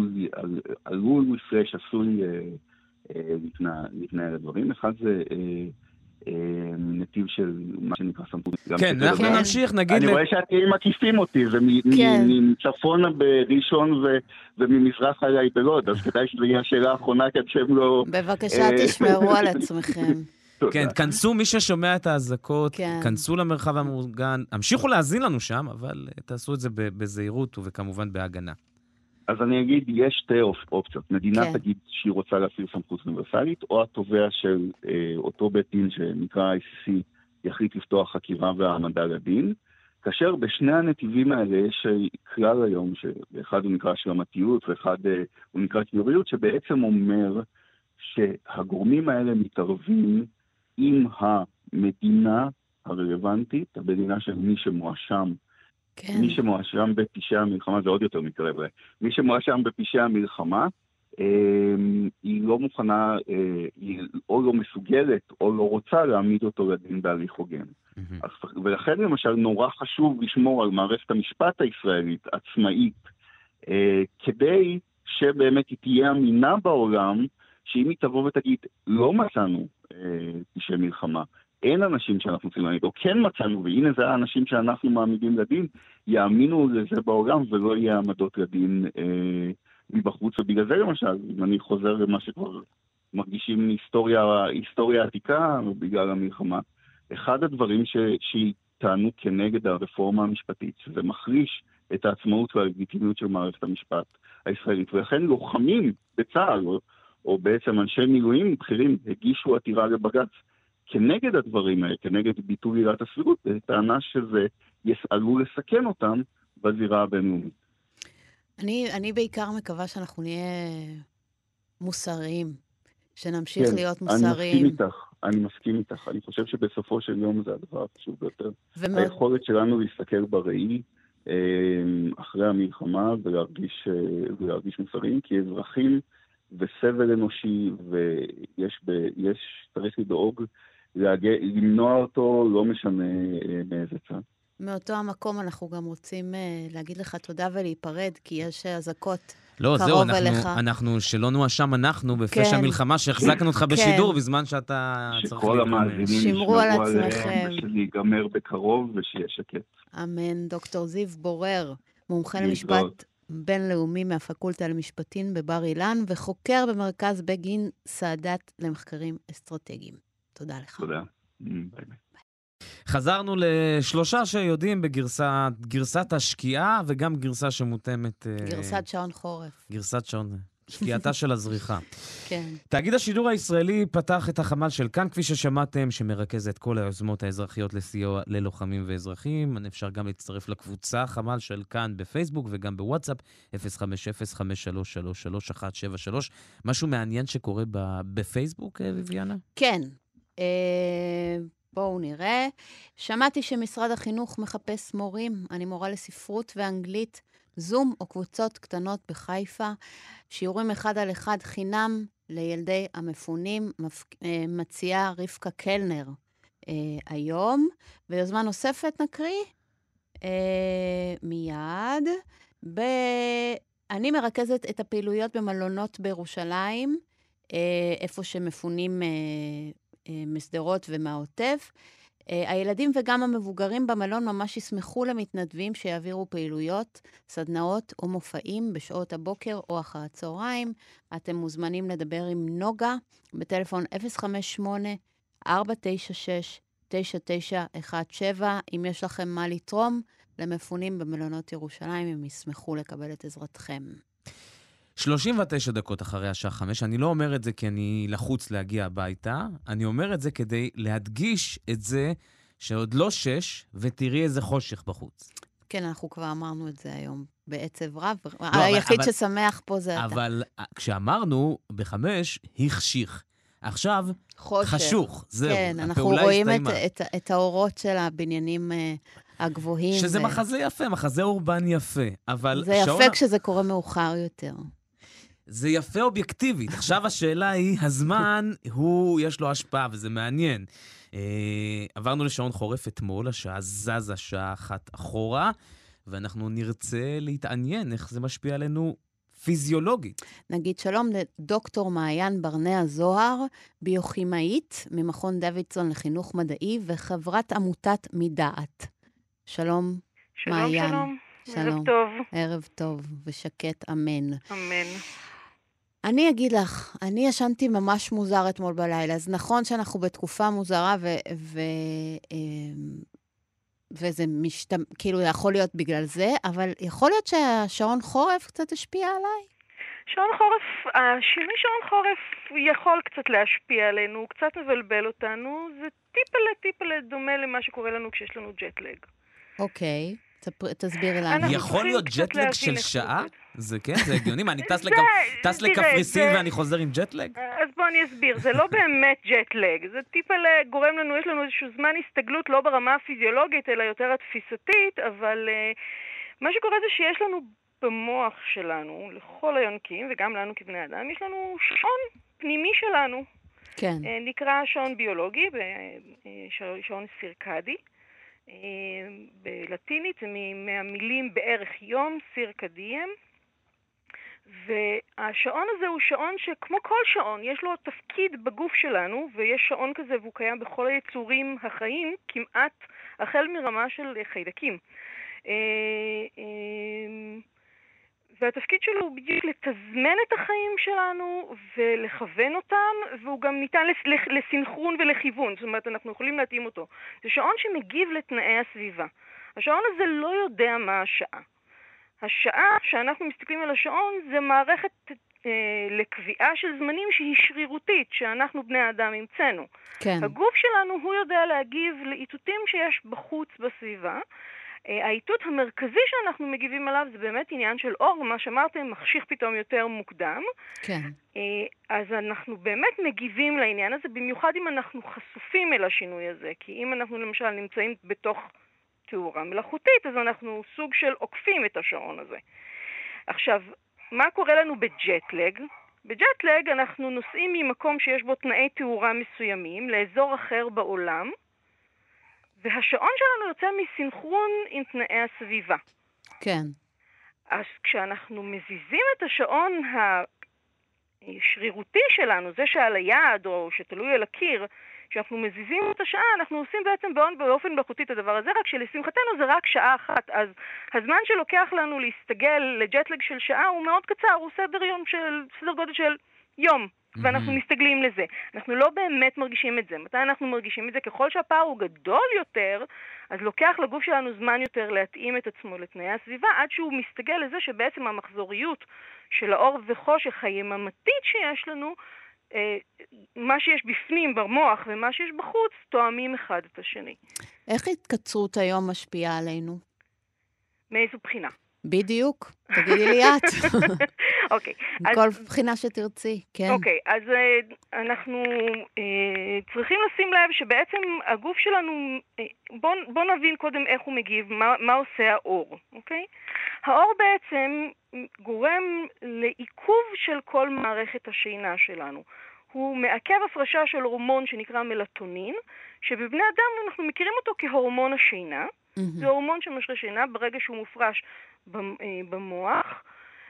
עלול מפרש עשוי להתנהל הדברים. אחד זה נתיב של מה שנקרא סמכות. כן, אנחנו נמשיך, נגיד... אני רואה שאתם מקיפים אותי, ומצפונה בראשון וממזרח עליי בלוד, אז כדאי שזו יהיה השאלה האחרונה, כד שהם לא... בבקשה, תשמרו על עצמכם. כן, כנסו מי ששומע את האזעקות, כנסו למרחב המאורגן, המשיכו להאזין לנו שם, אבל תעשו את זה בזהירות וכמובן בהגנה. אז אני אגיד, יש שתי אופציות. מדינה תגיד שהיא רוצה להפעיל סמכות אוניברסלית, או התובע של אותו בית דין שנקרא ICC יחליט לפתוח חקירה והעמדה לדין, כאשר בשני הנתיבים האלה יש כלל היום, שאחד הוא נקרא שלמתיות ואחד הוא נקרא קיוריות, שבעצם אומר שהגורמים האלה מתערבים עם המדינה הרלוונטית, המדינה של מי שמואשם, כן. מי שמואשם בפשעי המלחמה, זה עוד יותר מתקרב, מי שמואשם בפשעי המלחמה, היא לא מוכנה, היא או לא מסוגלת, או לא רוצה להעמיד אותו לדין בהליך הוגן. ולכן למשל נורא חשוב לשמור על מערכת המשפט הישראלית עצמאית, כדי שבאמת היא תהיה אמינה בעולם, שאם היא תבוא ותגיד, לא מצאנו פשעי מלחמה, אין אנשים שאנחנו צריכים להגיד, או כן מצאנו, והנה זה האנשים שאנחנו מעמידים לדין, יאמינו לזה בעולם ולא יהיה העמדות לדין מבחוץ. ובגלל זה למשל, אם אני חוזר למה שכבר מרגישים היסטוריה עתיקה בגלל המלחמה, אחד הדברים שטענו כנגד הרפורמה המשפטית, שזה מחריש את העצמאות והלגיטימיות של מערכת המשפט הישראלית, ולכן לוחמים בצה"ל, או בעצם אנשי מילואים בכירים, הגישו עתירה לבג"ץ כנגד הדברים האלה, כנגד ביטול עילת הסבירות, בטענה שזה עלול לסכן אותם בזירה הבינלאומית. אני בעיקר מקווה שאנחנו נהיה מוסריים, שנמשיך להיות מוסריים. אני מסכים איתך. אני חושב שבסופו של יום זה הדבר החשוב ביותר. היכולת שלנו להסתכל בראי אחרי המלחמה ולהרגיש מוסריים, כי אזרחים וסבל אנושי, ויש צריך לדאוג למנוע אותו, לא משנה מאיזה צד. מאותו המקום אנחנו גם רוצים להגיד לך תודה ולהיפרד, כי יש אזעקות לא, קרוב זהו, אליך. אנחנו שלא נואשם אנחנו בפשע מלחמה שהחזקנו אותך בשידור בזמן שאתה צריך שכל המאזינים שמרו על עצמכם. ושזה ייגמר בקרוב ושיהיה שקט. אמן. דוקטור זיו בורר, מומחה למשפט בינלאומי מהפקולטה למשפטים בבר אילן, וחוקר במרכז בגין סעדת למחקרים אסטרטגיים. תודה לך. תודה. ביי ביי. חזרנו לשלושה שיודעים בגרסת השקיעה, וגם גרסה שמותאמת... גרסת שעון חורף. גרסת שעון... שקיעתה של הזריחה. כן. תאגיד השידור הישראלי פתח את החמ"ל של כאן, כפי ששמעתם, שמרכז את כל היוזמות האזרחיות לסיוע ללוחמים ואזרחים. אפשר גם להצטרף לקבוצה חמ"ל של כאן בפייסבוק וגם בוואטסאפ, 050-5333-173. משהו מעניין שקורה בפייסבוק, ויביאנה? כן. בואו נראה. שמעתי שמשרד החינוך מחפש מורים. אני מורה לספרות ואנגלית, זום או קבוצות קטנות בחיפה. שיעורים 1-על-1 חינם לילדי המפונים, מציעה רבקה קלנר היום. ויוזמה נוספת נקריא מיד. אני מרכזת את הפעילויות במלונות בירושלים, איפה שמפונים מסדרות ומהעוטף. הילדים וגם המבוגרים במלון ממש ישמחו למתנדבים שיעבירו פעילויות, סדנאות או מופעים בשעות הבוקר או אחר הצהריים. אתם מוזמנים לדבר עם נוגה בטלפון 058-496-9917, אם יש לכם מה לתרום למפונים במלונות ירושלים, הם ישמחו לקבל את עזרתכם. 39 דקות אחרי השעה 5, אני לא אומר את זה כי אני לחוץ להגיע הביתה, אני אומר את זה כדי להדגיש את זה שעוד לא 6, ותראי איזה חושך בחוץ. כן, אנחנו כבר אמרנו את זה היום בעצב רב. היחיד ששמח פה זה אתה. אבל כשאמרנו בחמש, החשיך. עכשיו, חשוך. זהו, כן, אנחנו רואים את האורות של הבניינים הגבוהים. שזה מחזה יפה, מחזה אורבן יפה. זה יפה כשזה קורה מאוחר יותר. זה יפה אובייקטיבית. עכשיו השאלה היא, הזמן, יש לו השפעה, וזה מעניין. עברנו לשעון חורף אתמול, השעה זזה שעה אחת אחורה, ואנחנו נרצה להתעניין איך זה משפיע עלינו פיזיולוגית. נגיד שלום לדוקטור מעיין ברנע זוהר, ביוכימאית ממכון דוידסון לחינוך מדעי, וחברת עמותת מדעת. שלום, מעיין. שלום. ערב טוב. ערב טוב ושקט, אמן. אמן. אני אגיד לך, אני ישנתי ממש מוזר אתמול בלילה, אז נכון שאנחנו בתקופה מוזרה וזה כאילו יכול להיות בגלל זה, אבל יכול להיות שהשעון חורף קצת השפיע עליי? שעון חורף, השינוי שעון חורף יכול קצת להשפיע עלינו, קצת מבלבל אותנו, זה טיפלה דומה למה שקורה לנו כשיש לנו ג'טלג. אוקיי. תסבירי לנו. יכול להיות ג'טלג של שעה? זה כן, זה הגיוני. מה, אני טס לקפריסין ואני חוזר עם ג'טלג? אז בוא אני אסביר. זה לא באמת ג'טלג. זה טיפה גורם לנו, יש לנו איזשהו זמן הסתגלות, לא ברמה הפיזיולוגית, אלא יותר התפיסתית, אבל מה שקורה זה שיש לנו במוח שלנו, לכל היונקים, וגם לנו כבני אדם, יש לנו שעון פנימי שלנו. כן. נקרא שעון ביולוגי, שעון סירקדי. בלטינית זה מהמילים בערך יום, סירקדיאם, והשעון הזה הוא שעון שכמו כל שעון יש לו תפקיד בגוף שלנו, ויש שעון כזה והוא קיים בכל היצורים החיים, כמעט החל מרמה של חיידקים. והתפקיד שלו הוא בדיוק לתזמן את החיים שלנו ולכוון אותם, והוא גם ניתן לסינכרון ולכיוון, זאת אומרת אנחנו יכולים להתאים אותו. זה שעון שמגיב לתנאי הסביבה. השעון הזה לא יודע מה השעה. השעה שאנחנו מסתכלים על השעון זה מערכת לקביעה של זמנים שהיא שרירותית, שאנחנו בני האדם המצאנו. כן. הגוף שלנו הוא יודע להגיב לאיתותים שיש בחוץ בסביבה, האיתות המרכזי שאנחנו מגיבים עליו זה באמת עניין של אור, מה שאמרתם, מחשיך פתאום יותר מוקדם. כן. אז אנחנו באמת מגיבים לעניין הזה, במיוחד אם אנחנו חשופים אל השינוי הזה, כי אם אנחנו למשל נמצאים בתוך תאורה מלאכותית, אז אנחנו סוג של עוקפים את השעון הזה. עכשיו, מה קורה לנו בג'טלג? בג'טלג אנחנו נוסעים ממקום שיש בו תנאי תאורה מסוימים לאזור אחר בעולם, והשעון שלנו יוצא מסינכרון עם תנאי הסביבה. כן. אז כשאנחנו מזיזים את השעון השרירותי שלנו, זה שעל היד או שתלוי על הקיר, כשאנחנו מזיזים את השעה, אנחנו עושים בעצם באופן מלאכותי את הדבר הזה, רק שלשמחתנו זה רק שעה אחת. אז הזמן שלוקח לנו להסתגל לג'טלג של שעה הוא מאוד קצר, הוא סדר גודל של יום. ואנחנו מסתגלים לזה. אנחנו לא באמת מרגישים את זה. מתי אנחנו מרגישים את זה? ככל שהפער הוא גדול יותר, אז לוקח לגוף שלנו זמן יותר להתאים את עצמו לתנאי הסביבה, עד שהוא מסתגל לזה שבעצם המחזוריות של האור וחושך היממתית שיש לנו, מה שיש בפנים במוח ומה שיש בחוץ, תואמים אחד את השני. איך התקצרות היום משפיעה עלינו? מאיזו בחינה? בדיוק, תגידי לי את. אוקיי. כל בחינה שתרצי, כן. אוקיי, אז אנחנו צריכים לשים לב שבעצם הגוף שלנו, בוא נבין קודם איך הוא מגיב, מה עושה האור, אוקיי? האור בעצם גורם לעיכוב של כל מערכת השינה שלנו. הוא מעכב הפרשה של הורמון שנקרא מלטונין, שבבני אדם אנחנו מכירים אותו כהורמון השינה. זה הורמון שמשרה שינה ברגע שהוא מופרש במוח.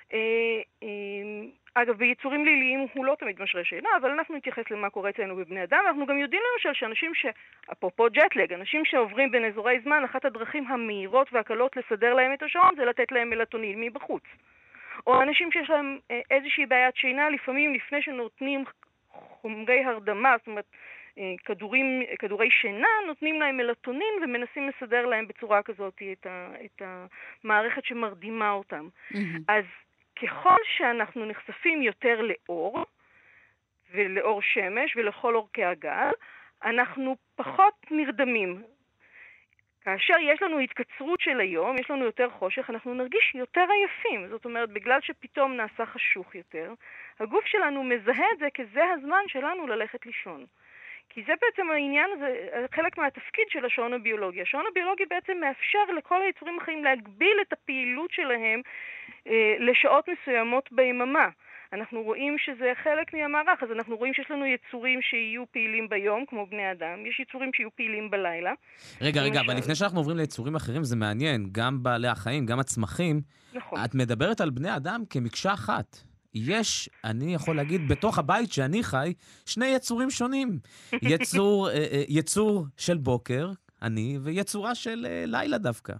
אגב, ביצורים ליליים הוא לא תמיד משרה שינה, אבל אנחנו נתייחס למה קורה אצלנו בבני אדם. אנחנו גם יודעים למשל שאנשים אפרופו ג'טלג, אנשים שעוברים בין אזורי זמן, אחת הדרכים המהירות והקלות לסדר להם את השעון זה לתת להם מלטונין מבחוץ. או אנשים שיש להם איזושהי בעיית שינה, לפעמים לפני שנותנים חומרי הרדמה, זאת אומרת, כדורי שינה, נותנים להם מלטונין ומנסים לסדר להם בצורה כזאת את המערכת שמרדימה אותם. אז ככל שאנחנו נחשפים יותר לאור, ולאור שמש ולכל אורכי הגל, אנחנו פחות נרדמים. כאשר יש לנו התקצרות של היום, יש לנו יותר חושך, אנחנו נרגיש יותר עייפים. זאת אומרת, בגלל שפתאום נעשה חשוך יותר, הגוף שלנו מזהה את זה כזה הזמן שלנו ללכת לישון. כי זה בעצם העניין, זה חלק מהתפקיד של השעון הביולוגי. השעון הביולוגי בעצם מאפשר לכל היצורים החיים להגביל את הפעילות שלהם לשעות מסוימות ביממה. אנחנו רואים שזה חלק מהמערך, אז אנחנו רואים שיש לנו יצורים שיהיו פעילים ביום, כמו בני אדם, יש יצורים שיהיו פעילים בלילה. רגע, אבל לפני שאנחנו עוברים ליצורים אחרים, זה מעניין, גם בעלי החיים, גם הצמחים. נכון. את מדברת על בני אדם כמקשה אחת. יש, אני יכול להגיד, בתוך הבית שאני חי, שני יצורים שונים. יצור של בוקר, אני, ויצורה של לילה דווקא.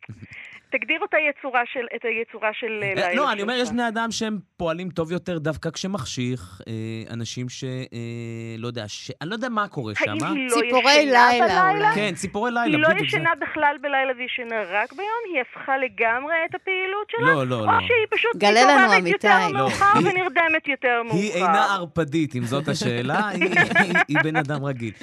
תגדיר אותה את היצורה של לילה. לא, אני אומר, יש בני אדם שהם פועלים טוב יותר דווקא כשמחשיך, אנשים לא יודע, אני לא יודע מה קורה שם. ציפורי לילה. כן, ציפורי לילה. היא לא ישנה בכלל בלילה וישנה רק ביום, היא הפכה לגמרי את הפעילות שלה. לא. או שהיא פשוט מתעוררת יותר מאוחר ונרדמת יותר מאוחר. היא אינה ערפדית, אם זאת השאלה, היא בן אדם רגיל.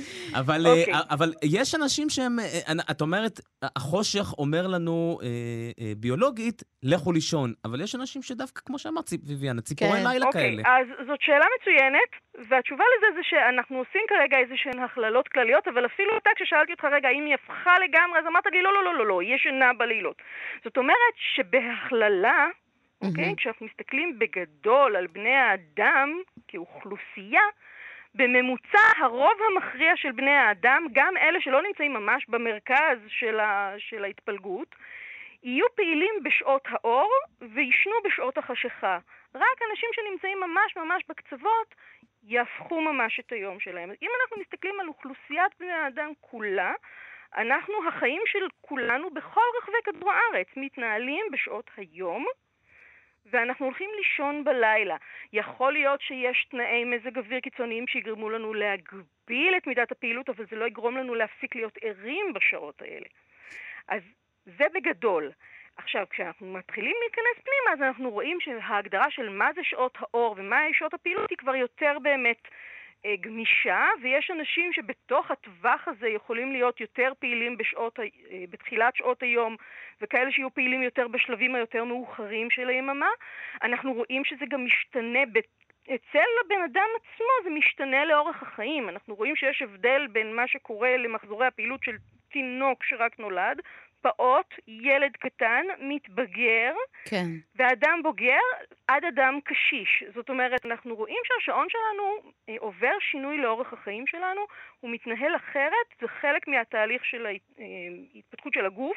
אבל יש אנשים שהם, את אומרת, החושך אומר לנו ביולוגית, לכו לישון. אבל יש אנשים שדווקא, כמו שאמרת, ויביאנה, ציפורי לילה כאלה. אז זאת שאלה מצוינת, והתשובה לזה זה שאנחנו עושים כרגע איזשהן הכללות כלליות, אבל אפילו אותה כששאלתי אותך רגע, אם היא הפכה לגמרי, אז אמרת לי, לא, היא ישנה בלילות. זאת אומרת שבהכללה, כשאנחנו מסתכלים בגדול על בני האדם כאוכלוסייה, בממוצע הרוב המכריע של בני האדם, גם אלה שלא נמצאים ממש במרכז של ההתפלגות, יהיו פעילים בשעות האור וישנו בשעות החשיכה. רק אנשים שנמצאים ממש בקצוות יהפכו ממש את היום שלהם. אם אנחנו מסתכלים על אוכלוסיית בני האדם כולה, החיים של כולנו בכל רחבי כדור הארץ מתנהלים בשעות היום, ואנחנו הולכים לישון בלילה. יכול להיות שיש תנאי מזג אוויר קיצוניים שיגרמו לנו להגביל את מידת הפעילות, אבל זה לא יגרום לנו להפסיק להיות ערים בשעות האלה. אז זה בגדול. עכשיו, כשאנחנו מתחילים להיכנס פנימה, אז אנחנו רואים שההגדרה של מה זה שעות האור ומה שעות הפעילות היא כבר יותר באמת גמישה, ויש אנשים שבתוך הטווח הזה יכולים להיות יותר פעילים בתחילת שעות היום, וכאלה שיהיו פעילים יותר בשלבים היותר מאוחרים של היממה. אנחנו רואים שזה גם משתנה אצל הבן אדם עצמו, זה משתנה לאורך החיים. אנחנו רואים שיש הבדל בין מה שקורה למחזורי הפעילות של תינוק שרק נולד, פעוט, ילד קטן, מתבגר, כן. ואדם בוגר עד אדם קשיש. זאת אומרת, אנחנו רואים שהשעון שלנו עובר שינוי לאורך החיים שלנו, הוא מתנהל אחרת, זה חלק מהתהליך של ההתפתחות של הגוף,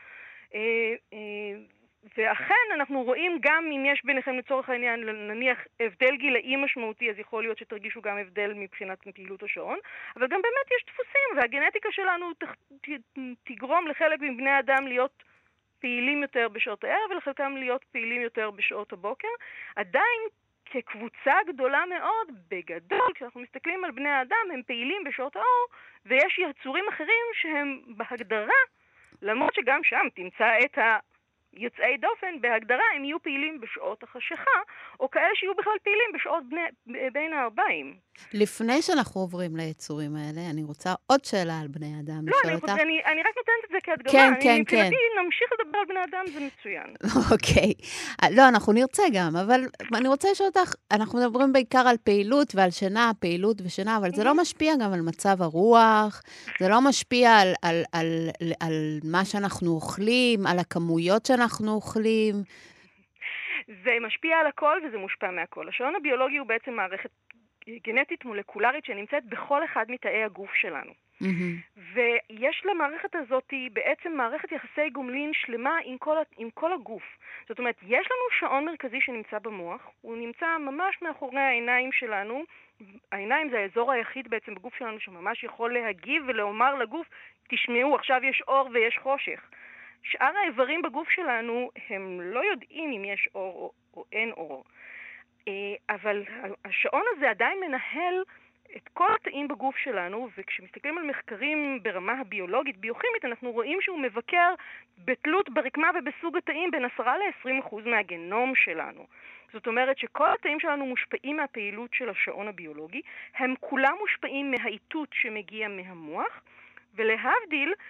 ואכן אנחנו רואים גם אם יש ביניכם לצורך העניין נניח הבדל גילאי משמעותי, אז יכול להיות שתרגישו גם הבדל מבחינת פעילות השעון, אבל גם באמת יש דפוסים, והגנטיקה שלנו תגרום לחלק מבני האדם להיות פעילים יותר בשעות הערב ולחלקם להיות פעילים יותר בשעות הבוקר. עדיין כקבוצה גדולה מאוד, בגדול, כשאנחנו מסתכלים על בני האדם, הם פעילים בשעות האור, ויש יצורים אחרים שהם בהגדרה, למרות שגם שם תמצא את יוצאי דופן, בהגדרה הם יהיו פעילים בשעות החשיכה, או כאלה שיהיו בכלל פעילים בשעות בין ה-40. לפני שאנחנו עוברים ליצורים האלה, אני רוצה עוד שאלה על בני אדם. לא, אני רק נותנת את זה כהדגמה. כן. מבחינתי, נמשיך לדבר על בני אדם, זה מצוין. אוקיי. לא, אנחנו נרצה גם, אבל אני רוצה לשאול אותך, אנחנו מדברים בעיקר על פעילות ועל שינה, פעילות ושינה, אבל זה לא משפיע גם על מצב הרוח, זה לא משפיע על מה שאנחנו אוכלים, על הכמויות שאנחנו אוכלים. זה משפיע על הכל וזה מושפע מהכל. השעון הביולוגי הוא בעצם מערכת גנטית מולקולרית שנמצאת בכל אחד מתאי הגוף שלנו. ויש למערכת הזאת בעצם מערכת יחסי גומלין שלמה עם כל הגוף. זאת אומרת, יש לנו שעון מרכזי שנמצא במוח, הוא נמצא ממש מאחורי העיניים שלנו. העיניים זה האזור היחיד בעצם בגוף שלנו שממש יכול להגיב ולאמר לגוף, תשמעו, עכשיו יש אור ויש חושך. שאר האיברים בגוף שלנו הם לא יודעים אם יש אור או אין אור. אבל השעון הזה עדיין מנהל את כל התאים בגוף שלנו, וכשמסתכלים על מחקרים ברמה הביולוגית, ביוכימית, אנחנו רואים שהוא מבקר בתלות ברקמה ובסוג התאים בין 10% ל-20% מהגנום שלנו. זאת אומרת שכל התאים שלנו מושפעים מהפעילות של השעון הביולוגי, הם כולם מושפעים מהאיתות שמגיע מהמוח, ולהבדיל,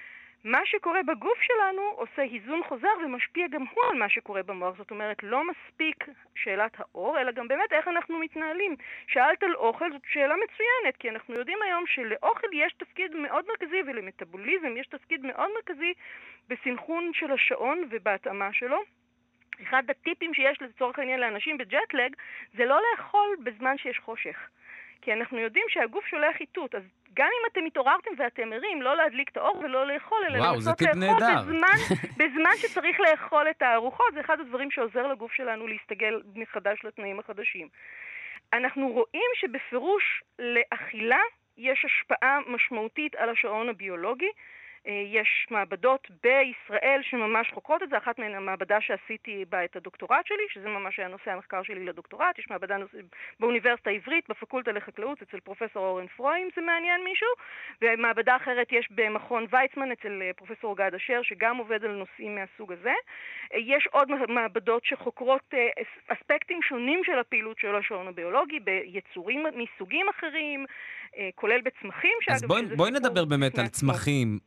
מה שקורה בגוף שלנו עושה היזון חוזר ומשפיע גם הוא על מה שקורה במוח. זאת אומרת, לא מספיק שאלת האור, אלא גם באמת איך אנחנו מתנהלים. שאלת על אוכל, זאת שאלה מצוינת, כי אנחנו יודעים היום שלאוכל יש תפקיד מאוד מרכזי, ולמטאבוליזם יש תפקיד מאוד מרכזי בסנכרון של השעון ובהתאמה שלו. אחד הטיפים שיש לצורך העניין לאנשים בג'טלג, זה לא לאכול בזמן שיש חושך. כי אנחנו יודעים שהגוף שולח איתות, אז גם אם אתם מתעוררתם ואתם ערים, לא להדליק את האור ולא לאכול, אלא לנסות לאכול בזמן שצריך לאכול את הארוחות, זה אחד הדברים שעוזר לגוף שלנו להסתגל מחדש לתנאים החדשים. אנחנו רואים שבפירוש לאכילה יש השפעה משמעותית על השעון הביולוגי, יש מעבדות בישראל שממש חוקרות את זה, אחת מהן המעבדה שעשיתי בה את הדוקטורט שלי, שזה ממש היה נושא המחקר שלי לדוקטורט, יש מעבדה באוניברסיטה העברית, בפקולטה לחקלאות, אצל פרופסור אורן פרוי, אם זה מעניין מישהו, ומעבדה אחרת יש במכון ויצמן, אצל פרופסור גד אשר, שגם עובד על נושאים מהסוג הזה. יש עוד מעבדות שחוקרות אספקטים שונים של הפעילות של השעון הביולוגי, ביצורים מסוגים אחרים, כולל בצמחים. אז בואי נדבר באמת על צמחים.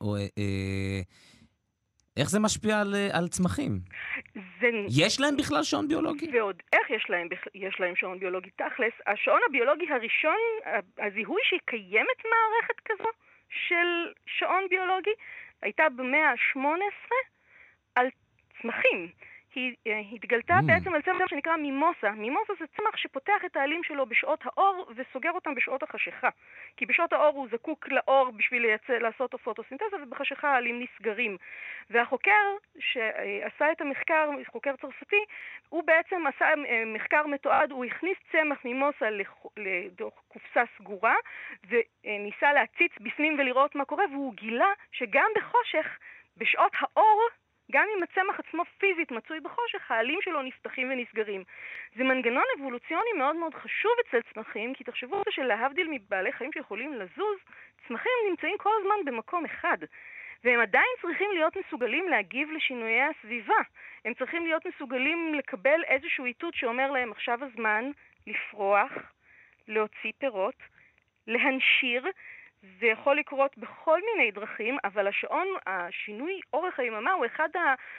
איך זה משפיע על צמחים? יש להם בכלל שעון ביולוגי? ועוד איך יש להם שעון ביולוגי תכלס. השעון הביולוגי הראשון, הזיהוי שקיימת מערכת כזו של שעון ביולוגי, הייתה במאה ה-18 על צמחים. היא התגלתה בעצם על צמח שנקרא מימוסה. מימוסה זה צמח שפותח את העלים שלו בשעות האור וסוגר אותם בשעות החשיכה. כי בשעות האור הוא זקוק לאור בשביל לעשות פוטוסינתזה, ובחשיכה העלים נסגרים. והחוקר שעשה את המחקר, חוקר צרפתי, הוא בעצם עשה מחקר מתועד, הוא הכניס צמח מימוסה לקופסה סגורה, וניסה להציץ בפנים ולראות מה קורה, והוא גילה שגם בחושך, בשעות האור, גם אם הצמח עצמו פיזית מצוי בחושך, העלים שלו נפתחים ונסגרים. זה מנגנון אבולוציוני מאוד מאוד חשוב אצל צמחים, כי תחשבו שלהבדיל מבעלי חיים שיכולים לזוז, צמחים נמצאים כל הזמן במקום אחד. והם עדיין צריכים להיות מסוגלים להגיב לשינויי הסביבה. הם צריכים להיות מסוגלים לקבל איזשהו איתות שאומר להם עכשיו הזמן לפרוח, להוציא פירות, להנשיר. זה יכול לקרות בכל מיני דרכים, אבל השינוי אורך היממה הוא אחד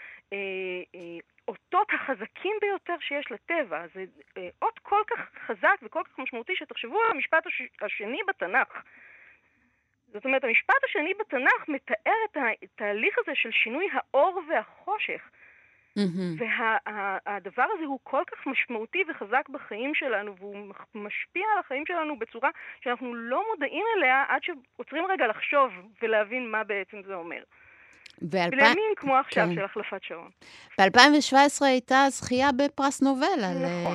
האותות החזקים ביותר שיש לטבע. זה אות כל כך חזק וכל כך משמעותי שתחשבו על המשפט השני בתנ"ך. זאת אומרת, המשפט השני בתנ"ך מתאר את התהליך הזה של שינוי האור והחושך. והדבר הזה הוא כל כך משמעותי וחזק בחיים שלנו, והוא משפיע על החיים שלנו בצורה שאנחנו לא מודעים אליה עד שעוצרים רגע לחשוב ולהבין מה בעצם זה אומר. בימים כמו עכשיו של החלפת שעון. ב-2017 הייתה זכייה בפרס נובל. נכון.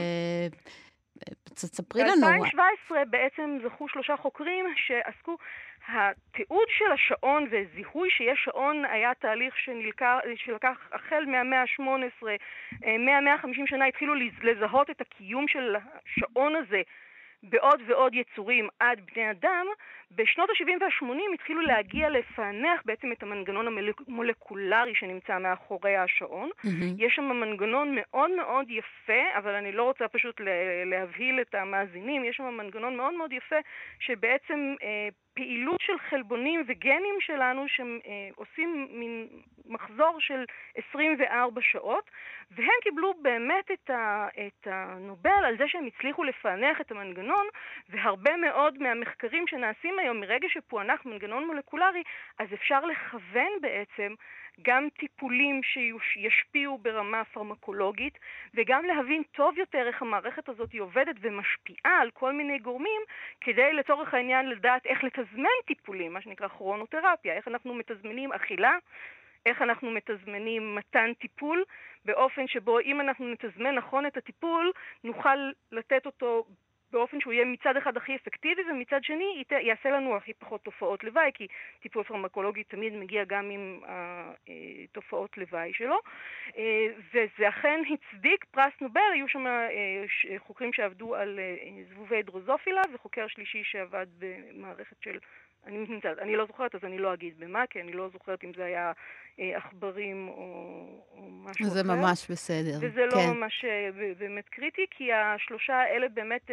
תספרי לנו. ב-2017 בעצם זכו 3 חוקרים שעסקו, התיעוד של השעון וזיהוי שיש שעון היה תהליך שלקח החל מהמאה ה-18, 150 שנה התחילו לזהות את הקיום של השעון הזה בעוד ועוד יצורים עד בני אדם. בשנות ה-70 וה-80 התחילו להגיע לפענח בעצם את המנגנון המולקולרי שנמצא מאחורי השעון. יש שם מנגנון מאוד מאוד יפה, אבל אני לא רוצה פשוט להבהיל את המאזינים, יש שם מנגנון מאוד מאוד יפה שבעצם פעילות של חלבונים וגנים שלנו שעושים מין מחזור של 24 שעות, והם קיבלו באמת את הנובל על זה שהם הצליחו לפענח את המנגנון, והרבה מאוד מהמחקרים שנעשים היום מרגע שפוענח מנגנון מולקולרי, אז אפשר לכוון בעצם גם טיפולים שישפיעו ברמה פרמקולוגית, וגם להבין טוב יותר איך המערכת הזאת היא עובדת ומשפיעה על כל מיני גורמים, כדי לצורך העניין לדעת איך לתזמן טיפולים, מה שנקרא כרונותרפיה, איך אנחנו מתזמנים אכילה, איך אנחנו מתזמנים מתן טיפול, באופן שבו אם אנחנו נתזמן נכון את הטיפול, נוכל לתת אותו באופן שהוא יהיה מצד אחד הכי אפקטיבי, ומצד שני יעשה לנו הכי פחות תופעות לוואי, כי טיפול פרמקולוגי תמיד מגיע גם עם תופעות לוואי שלו, וזה אכן הצדיק פרס נובל. היו שם חוקרים שעבדו על זבובי דרוזופילה, וחוקר שלישי שעבד במערכת של, אני לא זוכרת, אז אני לא אגיד במה, כי אני לא זוכרת אם זה היה עכברים או משהו זה אחר. ממש בסדר. וזה לא ממש באמת קריטי, כי 3 האלה באמת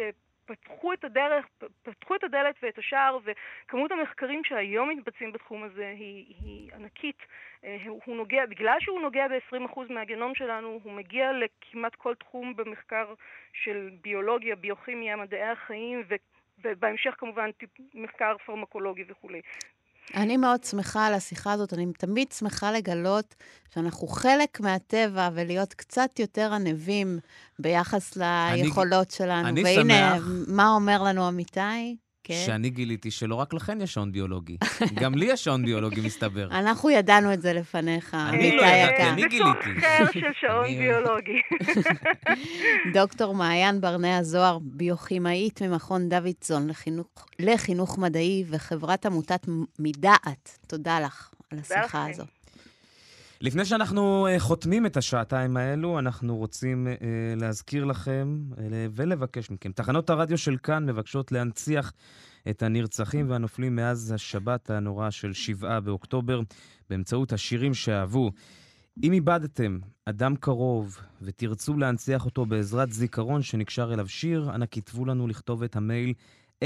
פתחו את הדלת ואת השער, וכמות המחקרים שהיום מתבצעים בתחום הזה היא ענקית. הוא נוגע, בגלל שהוא נוגע ב-20% מהגנום שלנו, הוא מגיע לכמעט כל תחום במחקר של ביולוגיה, ביוכימיה, מדעי החיים, ובהמשך כמובן מחקר פרמקולוגי וכו'. אני מאוד שמחה על השיחה הזאת, אני תמיד שמחה לגלות שאנחנו חלק מהטבע ולהיות קצת יותר ענבים ביחס ליכולות שלנו. והנה, מה אומר לנו אמיתי? שאני גיליתי שלא רק לכן יש שעון ביולוגי. גם לי יש שעון ביולוגי, מסתבר. אנחנו ידענו את זה לפניך. אני לא ידעתי, אני גיליתי. זה סוג אחר של שעון ביולוגי. דוקטור מעיין ברנע זוהר, ביוכימאית ממכון דוידסון לחינוך מדעי וחברת עמותת מדעת. תודה לך על השיחה הזו. לפני שאנחנו חותמים את השעתיים האלו, אנחנו רוצים להזכיר לכם ולבקש מכם. תחנות הרדיו של כאן מבקשות להנציח את הנרצחים והנופלים מאז השבת הנורא של 7 באוקטובר, באמצעות השירים שאהבו. אם איבדתם אדם קרוב ותרצו להנציח אותו בעזרת זיכרון שנקשר אליו שיר, אנא כתבו לנו לכתוב את המייל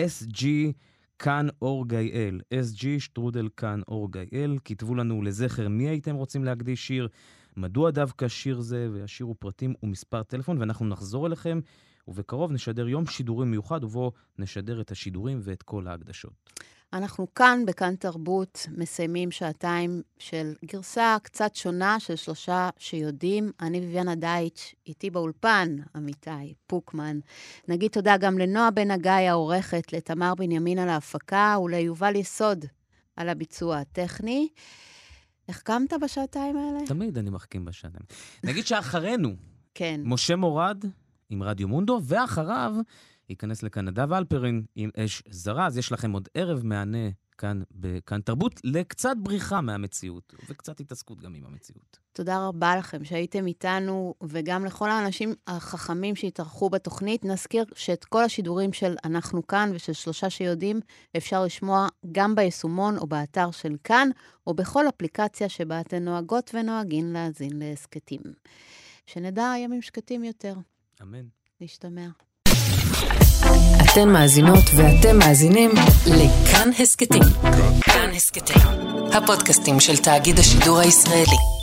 sg.kan.org.il, sg.kan.org.il, כתבו לנו לזכר מי הייתם רוצים להקדיש שיר, מדוע דווקא שיר זה, והשירו פרטים ומספר טלפון, ואנחנו נחזור אליכם, ובקרוב נשדר יום שידורים מיוחד, ובו נשדר את השידורים ואת כל ההקדשות. אנחנו כאן בכאן תרבות מסיימים שעתיים של גרסה קצת שונה של 3 שיודעים. אני ויביאנה דייטש, איתי באולפן, אמיתי, פוקמן. נגיד תודה גם לנועה בן הגיא העורכת, לתמר בנימין על ההפקה וליובל יסוד על הביצוע הטכני. החכמת בשעתיים האלה? תמיד אני מחכים בשעתיים. נגיד שאחרינו, כן. משה מורד עם רדיו מונדו, ואחריו ייכנס לכאן נדב אלפרין עם אש זרה, אז יש לכם עוד ערב מענה כאן בכאן תרבות, לקצת בריחה מהמציאות, וקצת התעסקות גם עם המציאות. תודה רבה לכם שהייתם איתנו, וגם לכל האנשים החכמים שהתארחו בתוכנית. נזכיר שאת כל השידורים של אנחנו כאן ושל 3 שיודעים אפשר לשמוע גם ביישומון או באתר של כאן, או בכל אפליקציה שבה אתן נוהגות ונוהגים להאזין להסקטים. שנדע ימים שקטים יותר. אמן. נשתמע. אתן מאזינות ואתם מאזינים לכאן הסקטים. כאן הסקטים, הפודקאסטים של תאגיד השידור הישראלי.